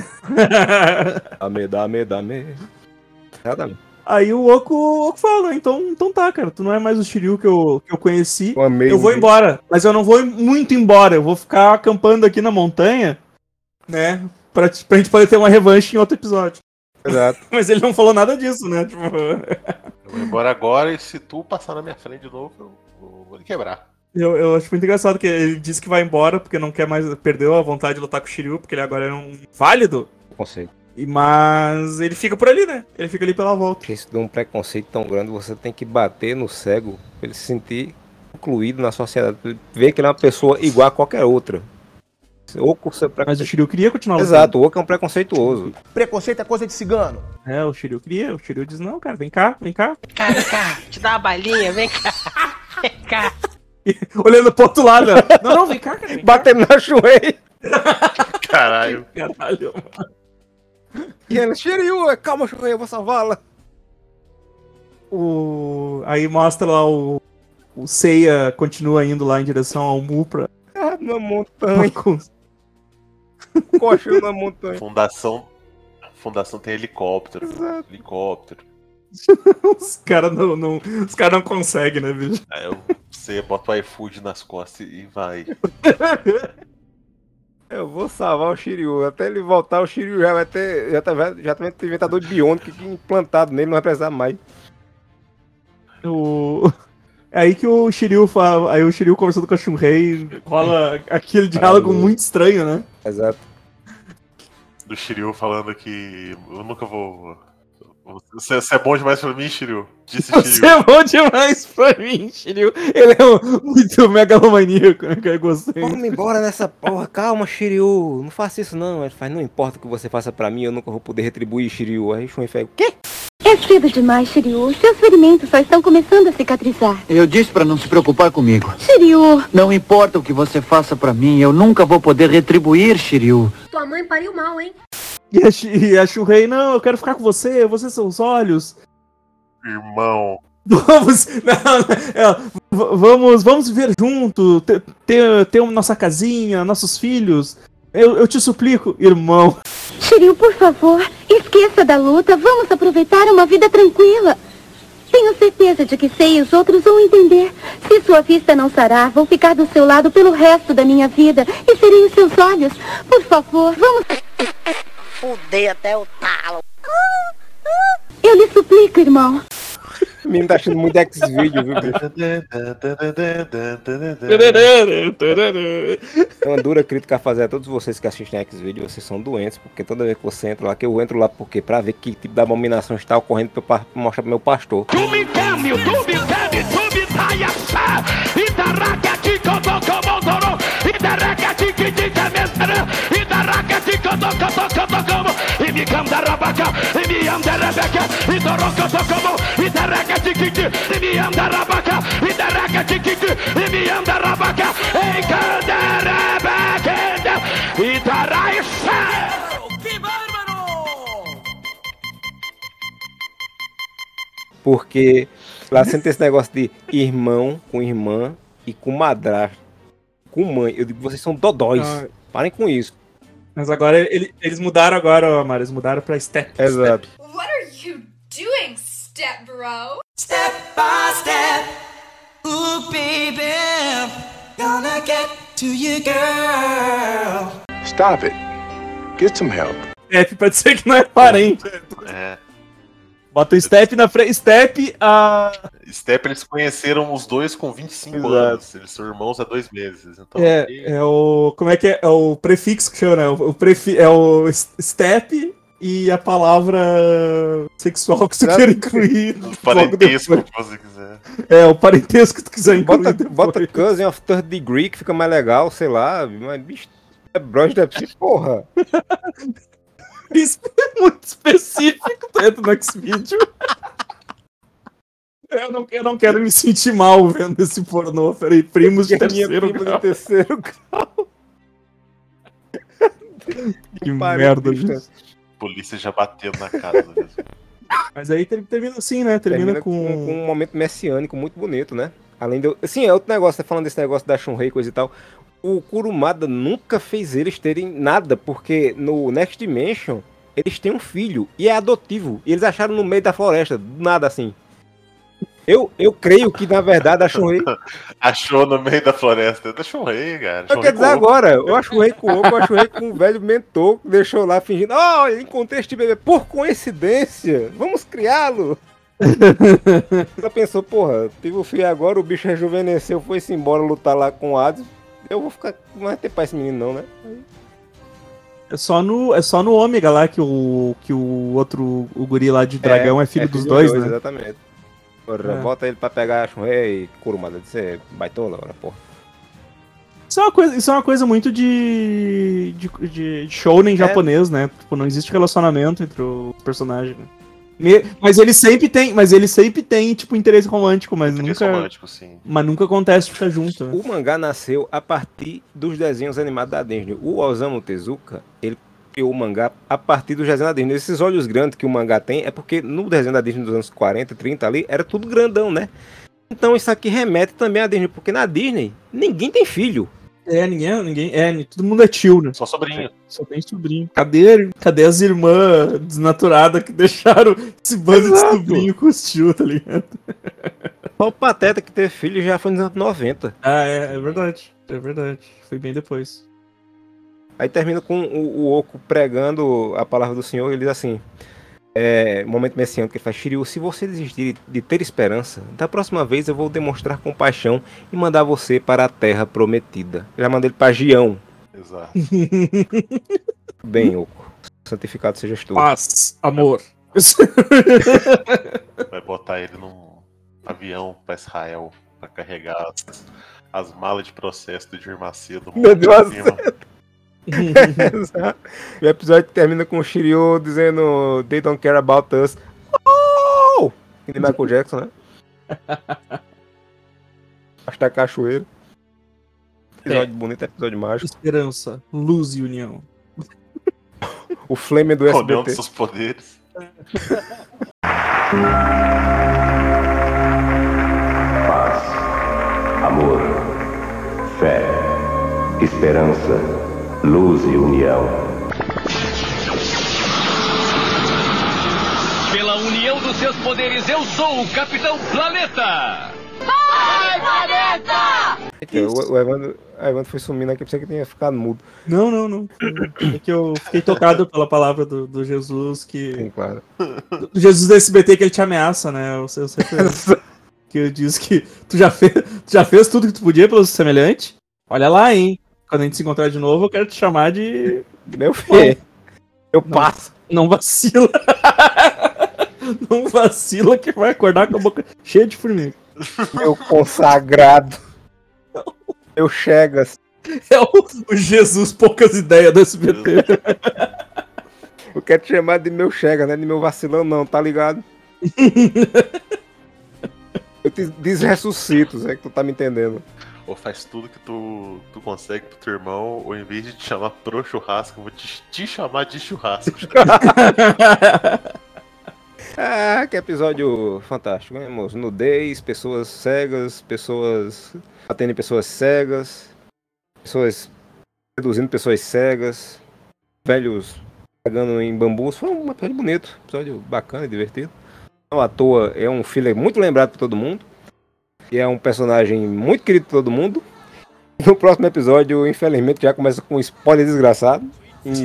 S1: Dame, dame, dame. Exatamente.
S2: Aí o Oco, o Oco fala, então, então tá, cara, tu não é mais o Shiryu que eu, que eu conheci,
S1: eu, amei,
S2: eu vou embora, mas eu não vou muito embora, eu vou ficar acampando aqui na montanha, né, pra, pra gente poder ter uma revanche em outro episódio.
S1: Exato.
S2: Mas ele não falou nada disso, né, tipo...
S3: Eu vou embora agora e se tu passar na minha frente de novo, eu vou, vou lhe quebrar.
S2: Eu, eu acho muito engraçado que ele disse que vai embora porque não quer mais, perdeu a vontade de lutar com o Shiryu, porque ele agora é um válido.
S1: Conceito.
S2: Mas ele fica por ali, né? Ele fica ali pela volta.
S1: Isso de um preconceito tão grande, você tem que bater no cego pra ele se sentir incluído na sociedade, pra ele ver que ele é uma pessoa igual a qualquer outra. Oco, preconceito...
S2: Mas o Shiryu queria continuar lutando.
S1: Exato, o Oco é um preconceituoso.
S8: Preconceito é coisa de cigano.
S2: É, o Shiryu queria, o Shiryu diz, não, cara, vem cá, vem cá.
S9: Vem cá, vem cá, te dá uma balinha, vem cá, vem cá.
S2: Olhando pro outro lado, não, não, vem cá, cara. Vem
S1: Batendo cá. Na Shunrei.
S3: Caralho.
S2: Caralho, mano.
S1: E ela, Shiryu, calma, Shunrei, eu vou salvá-la.
S2: O... Aí mostra lá o... O Seiya continua indo lá em direção ao Mu pra...
S1: Ah, na montanha. Cochando na montanha.
S3: Fundação... Fundação tem helicóptero.
S1: Exato.
S3: Helicóptero.
S2: Os caras não, não, os cara não conseguem, né, bicho?
S3: Aí você bota o iFood nas costas e vai.
S1: Eu vou salvar o Shiryu. Até ele voltar, o Shiryu já vai ter. Já tá, já tá tem inventador de biônico implantado nele, não vai precisar mais.
S2: O... É aí que o Shiryu fala. Aí o Shiryu conversando com a Shunrei, rola aquele diálogo ah, muito estranho, né?
S1: Exato.
S3: Do Shiryu falando que eu nunca vou. Você, você é bom demais pra mim, Shiryu. Disse Shiryu.
S2: Você é bom demais pra mim, Shiryu. Ele é um, muito megalomaníaco, né? Que eu gostei.
S1: Vamos embora nessa porra. Calma, Shiryu. Não faça isso não. Ele faz, não importa o que você faça pra mim, eu nunca vou poder retribuir, Shiryu. Aí o Shunrei fala, o quê?
S6: É cedo demais, Shiryu. Seus ferimentos só estão começando a cicatrizar.
S4: Eu disse pra não se preocupar comigo.
S6: Shiryu!
S4: Não importa o que você faça pra mim, eu nunca vou poder retribuir, Shiryu.
S18: Tua mãe pariu mal, hein?
S20: E a, e a Shunrei, não, eu quero ficar com você, você são os olhos.
S3: Irmão.
S20: Vamos, não, é, vamos, vamos viver junto, ter, ter, ter nossa casinha, nossos filhos. Eu, eu te suplico, irmão.
S6: Shiryu, por favor, esqueça da luta. Vamos aproveitar uma vida tranquila. Tenho certeza de que Sei e os outros vão entender. Se sua vista não sarar, vou ficar do seu lado pelo resto da minha vida e serei os seus olhos. Por favor, vamos...
S9: Fudei até o talo.
S6: Eu lhe suplico, irmão.
S1: O menino tá achando muito X-Video, viu, bicho? É uma dura crítica a fazer a todos vocês que assistem X-Video, vocês são doentes, porque toda vez que você entra lá, que eu entro lá porque pra ver que tipo de abominação está ocorrendo pra eu mostrar pro meu pastor. Porque lá sempre tem esse negócio de irmão com irmã e com madrasta, com mãe. Eu digo, vocês são dodóis. Ah. Parem com isso.
S2: Mas agora ele, eles mudaram agora, Amaro, eles mudaram pra step.
S1: Exato.
S21: What are you doing, step bro?
S13: Step by step, ooh baby, gonna get to you, girl.
S14: Stop it. Get some help.
S20: Step pode ser que não é parente.
S3: É.
S20: Bota o Step na frente. Step, a.
S3: Step, eles conheceram os dois com vinte e cinco
S20: Exato.
S3: anos. Eles são irmãos há dois meses. Então,
S20: É,
S3: e...
S20: é o. Como é que é? É o prefixo que chama, né? O prefi... É o Step e a palavra sexual que você quer incluir.
S3: O parentesco que você quiser.
S20: É, o parentesco que tu quiser incluir.
S1: Bota, bota Cousin of Third Degree que fica mais legal, sei lá. Mas, bicho, é brother da porra.
S20: Isso é muito específico dentro do X-Video. Eu não, eu não quero me sentir mal vendo esse pornô. Peraí, primos de terceiro
S1: prima
S20: grau.
S1: de terceiro grau.
S20: Que merda, gente.
S3: A polícia já bateu na cara do mesmo.
S20: Mas aí termina assim, né? Termina,
S1: Termina
S20: com...
S1: com... com um momento messiânico muito bonito, né? Além de... Sim, é outro negócio, tá falando desse negócio da Shunrei, coisa e tal. O Kurumada nunca fez eles terem nada, porque no Next Dimension eles têm um filho e é adotivo. E eles acharam no meio da floresta, do nada assim. Eu, eu creio que, na verdade, a Shunrei...
S3: Achou no meio da floresta. Da Shunrei, cara.
S1: Eu quero dizer agora, eu acho o rei com o oco, eu acho o rei com um velho mentor que deixou lá fingindo, ó, oh, eu encontrei este bebê por coincidência, vamos criá-lo. Ela pensou, porra, tive o filho agora, o bicho rejuvenesceu, foi-se embora lutar lá com o Hades, eu vou ficar, não vai ter pai esse menino não, né?
S20: É só no, é só no Ômega lá que o, que o outro, o guri lá de dragão é, é filho é dos dois, dois, né?
S1: Exatamente. Porra, é. Bota ele pra pegar a Shunrei e Kurumada de ser baitola, porra.
S20: Isso é uma coisa, isso é uma coisa muito de, de, de shounen é. japonês, né? Tipo, não existe relacionamento entre os personagens, né? Me, mas ele sempre tem, mas ele sempre tem, tipo, interesse romântico, mas interesse nunca... romântico, sim. Mas nunca acontece ficar junto, né?
S1: O mangá nasceu a partir dos desenhos animados da Disney. O Osamu Tezuka, ele criou o mangá a partir dos desenhos da Disney. Esses olhos grandes que o mangá tem é porque no desenho da Disney dos anos quarenta, trinta ali, era tudo grandão, né? Então isso aqui remete também à Disney, porque na Disney ninguém tem filho.
S20: É, ninguém, ninguém, é, todo mundo é tio, né?
S3: Só sobrinho.
S20: Só tem sobrinho. Cadê, cadê as irmãs desnaturadas que deixaram esse bando Exato. de sobrinho com os tio, tá ligado?
S1: Só o Pateta que teve filho já foi nos anos noventa.
S20: Ah, é, é verdade, é verdade. Foi bem depois.
S1: Aí termina com o, o Oco pregando a palavra do Senhor, ele diz assim, é, momento messiânico que ele faz, Shiryu, se você desistir de ter esperança, da próxima vez eu vou demonstrar compaixão e mandar você para a terra prometida. Eu já mandei ele para Gião.
S3: Exato.
S1: Bem, Oco, santificado sejas tu.
S20: Paz, amor.
S3: Vai botar ele num avião para Israel para carregar as, as malas de processo do Edir Macedo.
S1: Meu Deus. O episódio termina com o Shiryu dizendo They don't care about us. Que nem Michael Jackson, né? Acho que é cachoeira. Episódio é. bonito, episódio mágico.
S20: Esperança, luz e união.
S1: O Flame do S B T.
S3: Olhando seus poderes.
S11: Paz, amor, fé, esperança, luz e união.
S22: Pela união dos seus poderes, eu sou o Capitão Planeta!
S21: Vai, Planeta!
S1: O, o, Evandro, o Evandro foi sumindo aqui, pensei que tinha ficado mudo.
S20: Não, não, não. É que eu fiquei tocado pela palavra do, do Jesus que...
S1: Sim, claro.
S20: Do Jesus do S B T que ele te ameaça, né? Eu, eu sei que, que eu disse que tu já, fez, tu já fez tudo que tu podia pelo semelhante. Olha lá, hein? Quando a gente se encontrar de novo, eu quero te chamar de...
S1: Meu filho. Eu passo.
S20: Não, não vacila. Não vacila que vai acordar com a boca cheia de formiga.
S1: Meu consagrado. Meu Chegas.
S20: É o, o Jesus poucas ideias do S B T.
S1: Eu quero te chamar de meu Chegas, não é de meu vacilão não, tá ligado? Eu te desressuscito, é que tu tá me entendendo.
S3: Ou faz tudo que tu, tu consegue pro teu irmão, ou em vez de te chamar pro churrasco, eu vou te, te chamar de churrasco.
S1: Ah, que episódio fantástico, hein, moço? Nudez, pessoas cegas, pessoas atendendo pessoas cegas, pessoas reduzindo pessoas cegas, velhos pegando em bambus. Foi um episódio bonito, episódio bacana e divertido. Não à toa, é um filler muito lembrado por todo mundo. E é um personagem muito querido por todo mundo. No próximo episódio, infelizmente, já começa com um spoiler desgraçado. E...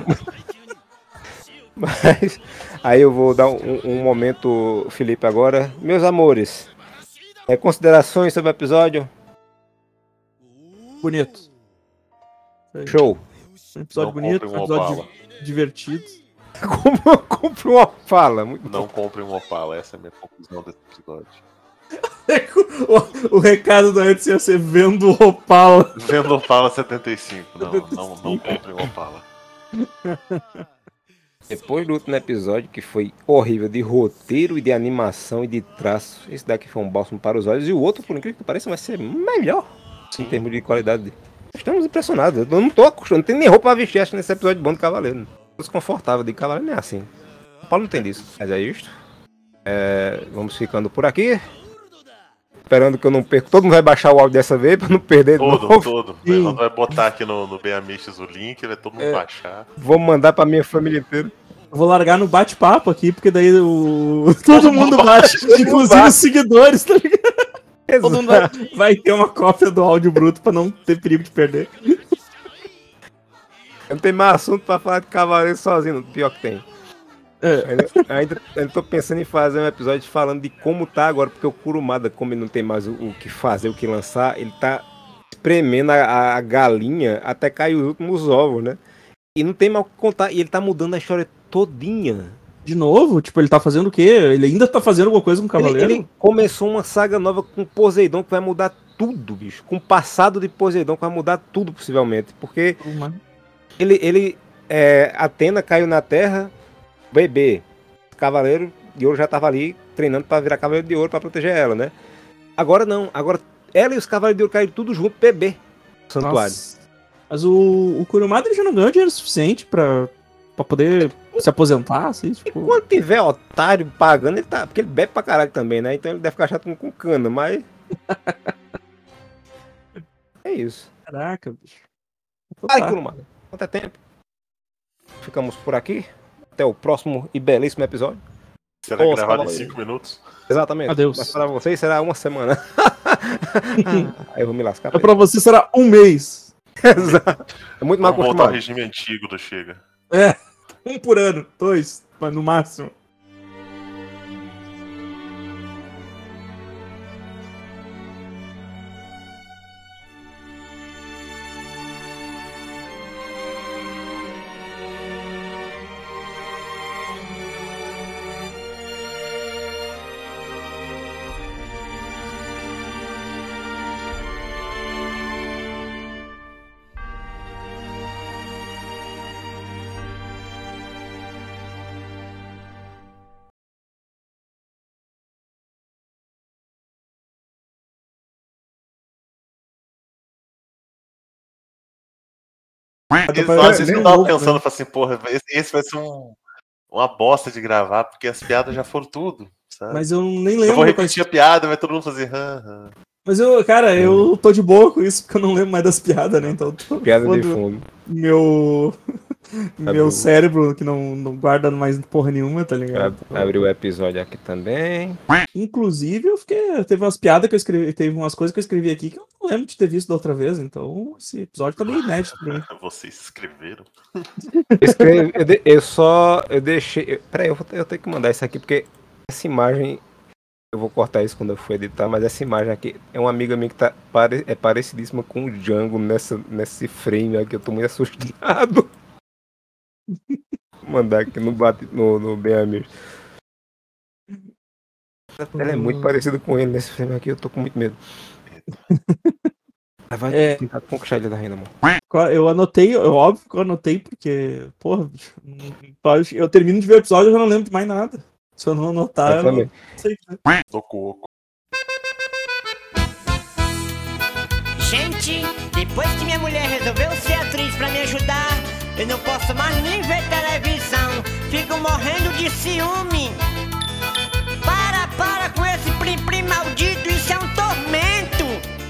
S1: Mas aí eu vou dar um, um momento, Felipe, agora. Meus amores, é, considerações sobre o episódio?
S20: Bonito.
S1: Show.
S20: Um episódio
S3: Não
S20: bonito, um episódio
S3: Opala.
S20: divertido.
S1: Como compre uma Opala? Muito
S3: Não compre um Opala, essa é a minha conclusão desse episódio.
S20: o, o recado da antes ia ser vendo Opala.
S3: Vendo Opala setenta e cinco. Não, não, não compre um Opala.
S1: Depois do último episódio, que foi horrível de roteiro e de animação e de traço, esse daqui foi um bálsamo para os olhos. E o outro, por incrível que pareça, vai ser melhor. Sim. Em termos de qualidade. Estamos impressionados. Eu não tô acostumado, não tem nem roupa pra vestir acho, nesse episódio bom do Cavaleiro. Desconfortável de Cavaleiro, nem é assim. O Paulo não tem disso. Mas é isto. É, vamos ficando por aqui. Esperando que eu não perca. Todo mundo vai baixar o áudio dessa vez pra não perder.
S3: Todo,
S1: novo.
S3: todo. O Evandro vai botar aqui no, no B A Mix o link, vai todo mundo é. baixar.
S1: Vou mandar pra minha família inteira.
S20: Eu vou largar no bate-papo aqui, porque daí o... todo mundo bate, inclusive os seguidores, tá ligado? Todo mundo vai, vai ter uma cópia do áudio bruto pra não ter perigo de perder.
S1: Eu não tenho mais assunto pra falar de Cavaleiro sozinho, pior que tem. É. Ainda, ainda, ainda tô pensando em fazer um episódio falando de como tá agora, porque o Kurumada, como ele não tem mais o, o que fazer, o que lançar, ele tá espremendo a, a galinha até cair os últimos ovos, né? E não tem mais o que contar, e ele tá mudando a história todinha.
S20: De novo? Tipo, ele tá fazendo o quê? Ele ainda tá fazendo alguma coisa com o Cavaleiro?
S1: Ele, ele começou uma saga nova com Poseidon que vai mudar tudo, bicho. Com o passado de Poseidon que vai mudar tudo, possivelmente. Porque uhum. ele, ele é, Atena caiu na Terra, bebê. O Cavaleiro de Ouro já tava ali treinando pra virar Cavaleiro de Ouro pra proteger ela, né? Agora não. Agora ela e os Cavaleiros de Ouro caíram tudo junto, bebê. Santuário.
S20: Nossa. Mas o, o Kurumada ele já não ganhou dinheiro suficiente pra... Pra poder se aposentar, assim, tipo...
S1: Quando tiver otário pagando, ele tá... Porque ele bebe pra caralho também, né? Então ele deve ficar chato com, com cana, mas... É isso.
S20: Caraca, bicho.
S1: Ai, Kurumada. Quanto é tempo? Ficamos por aqui. Até o próximo e belíssimo episódio.
S3: Será Nossa, gravado em cinco minutos?
S1: Exatamente.
S20: Adeus.
S1: Mas pra vocês será uma semana. Aí eu vou me lascar.
S20: Pra, pra você será um mês.
S1: Exato. É muito mal
S3: Vamos
S1: acostumado.
S3: voltar ao regime antigo do Chega.
S20: É. Um por ano, dois, mas no máximo.
S3: Exato, isso que eu tava pensando, eu falei assim, porra, esse, esse vai ser um, uma bosta de gravar, porque as piadas já foram tudo, sabe?
S20: Mas eu nem lembro.
S3: Eu vou repetir a piada, vai todo mundo fazer hã, hã.
S20: Mas eu, cara, eu tô de boa com isso, porque eu não lembro mais das piadas, né? Então, tô
S1: Piada de fundo.
S20: Meu. Meu cérebro que não, não guarda mais porra nenhuma, tá ligado?
S1: Abriu o episódio aqui também.
S20: Inclusive, eu fiquei. Teve umas piadas que eu escrevi, teve umas coisas que eu escrevi aqui que eu não lembro de ter visto da outra vez, então esse episódio tá bem inédito pra mim.
S3: Vocês escreveram?
S1: Escrevi, eu, de, eu só. Eu deixei. Eu, peraí, eu, vou, eu tenho que mandar isso aqui, porque essa imagem. Eu vou cortar isso quando eu for editar, mas essa imagem aqui é uma amiga minha que tá pare, é parecidíssima com o Django nessa, nesse frame aqui. Eu tô muito assustado. Vou mandar aqui no, bate, no, no bem amigo. Ela é muito parecida com ele nesse frame aqui, eu tô com muito medo. Ela vai
S20: É.
S1: tentar conquistar ele da renda, mano.
S20: Eu anotei, eu, óbvio que eu anotei, porque, porra, bicho, eu termino de ver o episódio e eu já não lembro de mais nada. Se eu não anotar,
S1: Eu
S20: eu,
S1: também.
S20: não sei.
S3: Toco oco.
S10: Gente, depois que minha mulher resolveu ser atriz pra me ajudar, eu não posso mais nem ver televisão. Fico morrendo de ciúme. Para, para com esse plim-plim maldito, isso é um tormento.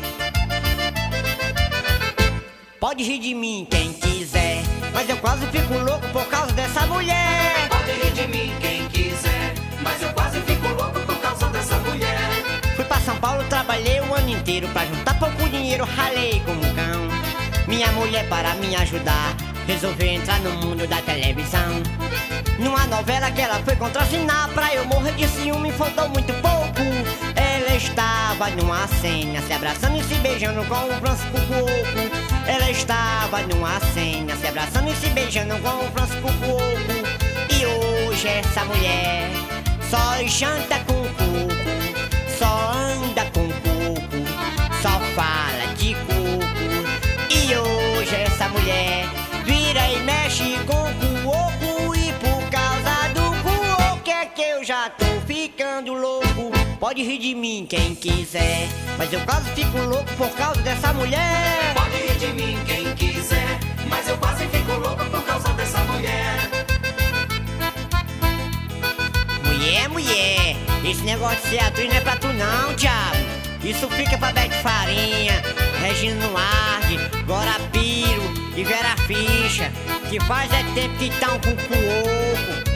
S10: Pode rir de mim quem quiser, mas eu quase fico louco por causa dessa mulher.
S12: Pode rir de mim quem quiser, mas eu quase fico louco por causa dessa mulher.
S10: Fui pra São Paulo, trabalhei o ano inteiro pra juntar pouco dinheiro, ralei como um cão. Minha mulher, para me ajudar, resolveu entrar no mundo da televisão. Numa novela que ela foi contracenar, pra eu morrer de ciúme faltou muito pouco. Ela estava numa cena, se abraçando e se beijando com o Francisco Cuoco. Ela estava numa cena, se abraçando e se beijando com o Francisco Cuoco. E hoje essa mulher só janta com coco, só anda com coco, só fala de coco. E hoje essa mulher vira e mexe com coco, e por causa do coco é que eu já tô ficando louco. Pode rir de mim quem quiser, mas eu quase fico louco por causa dessa mulher.
S12: Pode rir de mim quem quiser, mas eu quase fico louco por causa dessa mulher.
S10: Mulher, mulher, esse negócio de ser atriz não é pra tu não, diabo. Isso fica pra Bete Farinha, Regina Duarte, Glória Piro e Vera Ficha, que faz é tempo que tão com cuoco.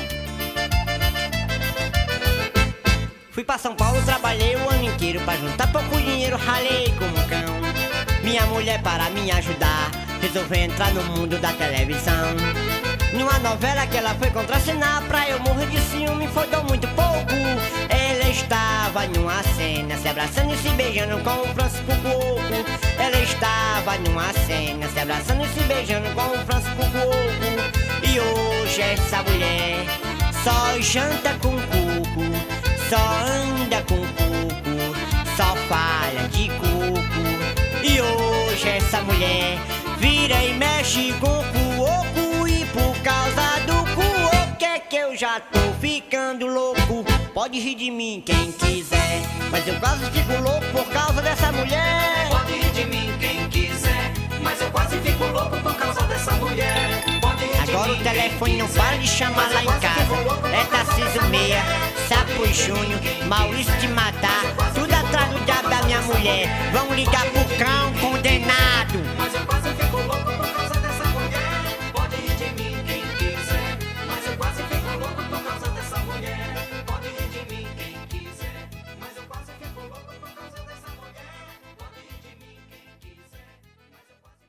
S10: Fui pra São Paulo, trabalhei o ano inteiro pra juntar pouco dinheiro, ralei como um cão. Minha mulher, para me ajudar, resolveu entrar no mundo da televisão. Numa novela que ela foi contracenar, pra eu morrer de ciúme faltou muito pouco. Ela estava numa cena, se abraçando e se beijando com o Francisco Cuoco. Ela estava numa cena, se abraçando e se beijando com o Francisco Cuoco. E hoje essa mulher só janta com coco, só anda com coco, só fala de coco. E hoje essa mulher vira e mexe com coco, e por causa do coco é que eu já tô ficando louco. Pode rir de mim quem quiser, mas eu quase fico louco por causa dessa mulher.
S12: Pode rir de mim quem quiser, mas eu quase fico louco por causa dessa mulher. Pode rir de
S10: Agora
S12: mim
S10: o telefone
S12: quem
S10: não
S12: quiser,
S10: para de chamar
S12: mas
S10: lá
S12: eu
S10: em
S12: quase
S10: casa.
S12: fico louco por
S10: É
S12: causa
S10: Tarcísio
S12: dessa
S10: Meia,
S12: mulher.
S10: Sapo Júnior, Maurício de Matar, tudo atrás do diabo da minha mulher. Vão ligar pro cão condenado.
S12: Mas eu quase fico louco por causa dessa mulher. Pode rir de mim quem quiser, mas eu quase fico louco por causa dessa mulher. Pode rir de mim quem quiser, mas eu quase fico louco por causa dessa mulher. Pode rir de mim quem quiser, mas eu quase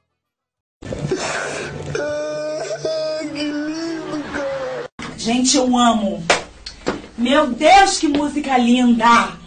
S12: fico louco.
S23: Que lindo, cara. Gente, eu amo. Meu Deus, que música linda.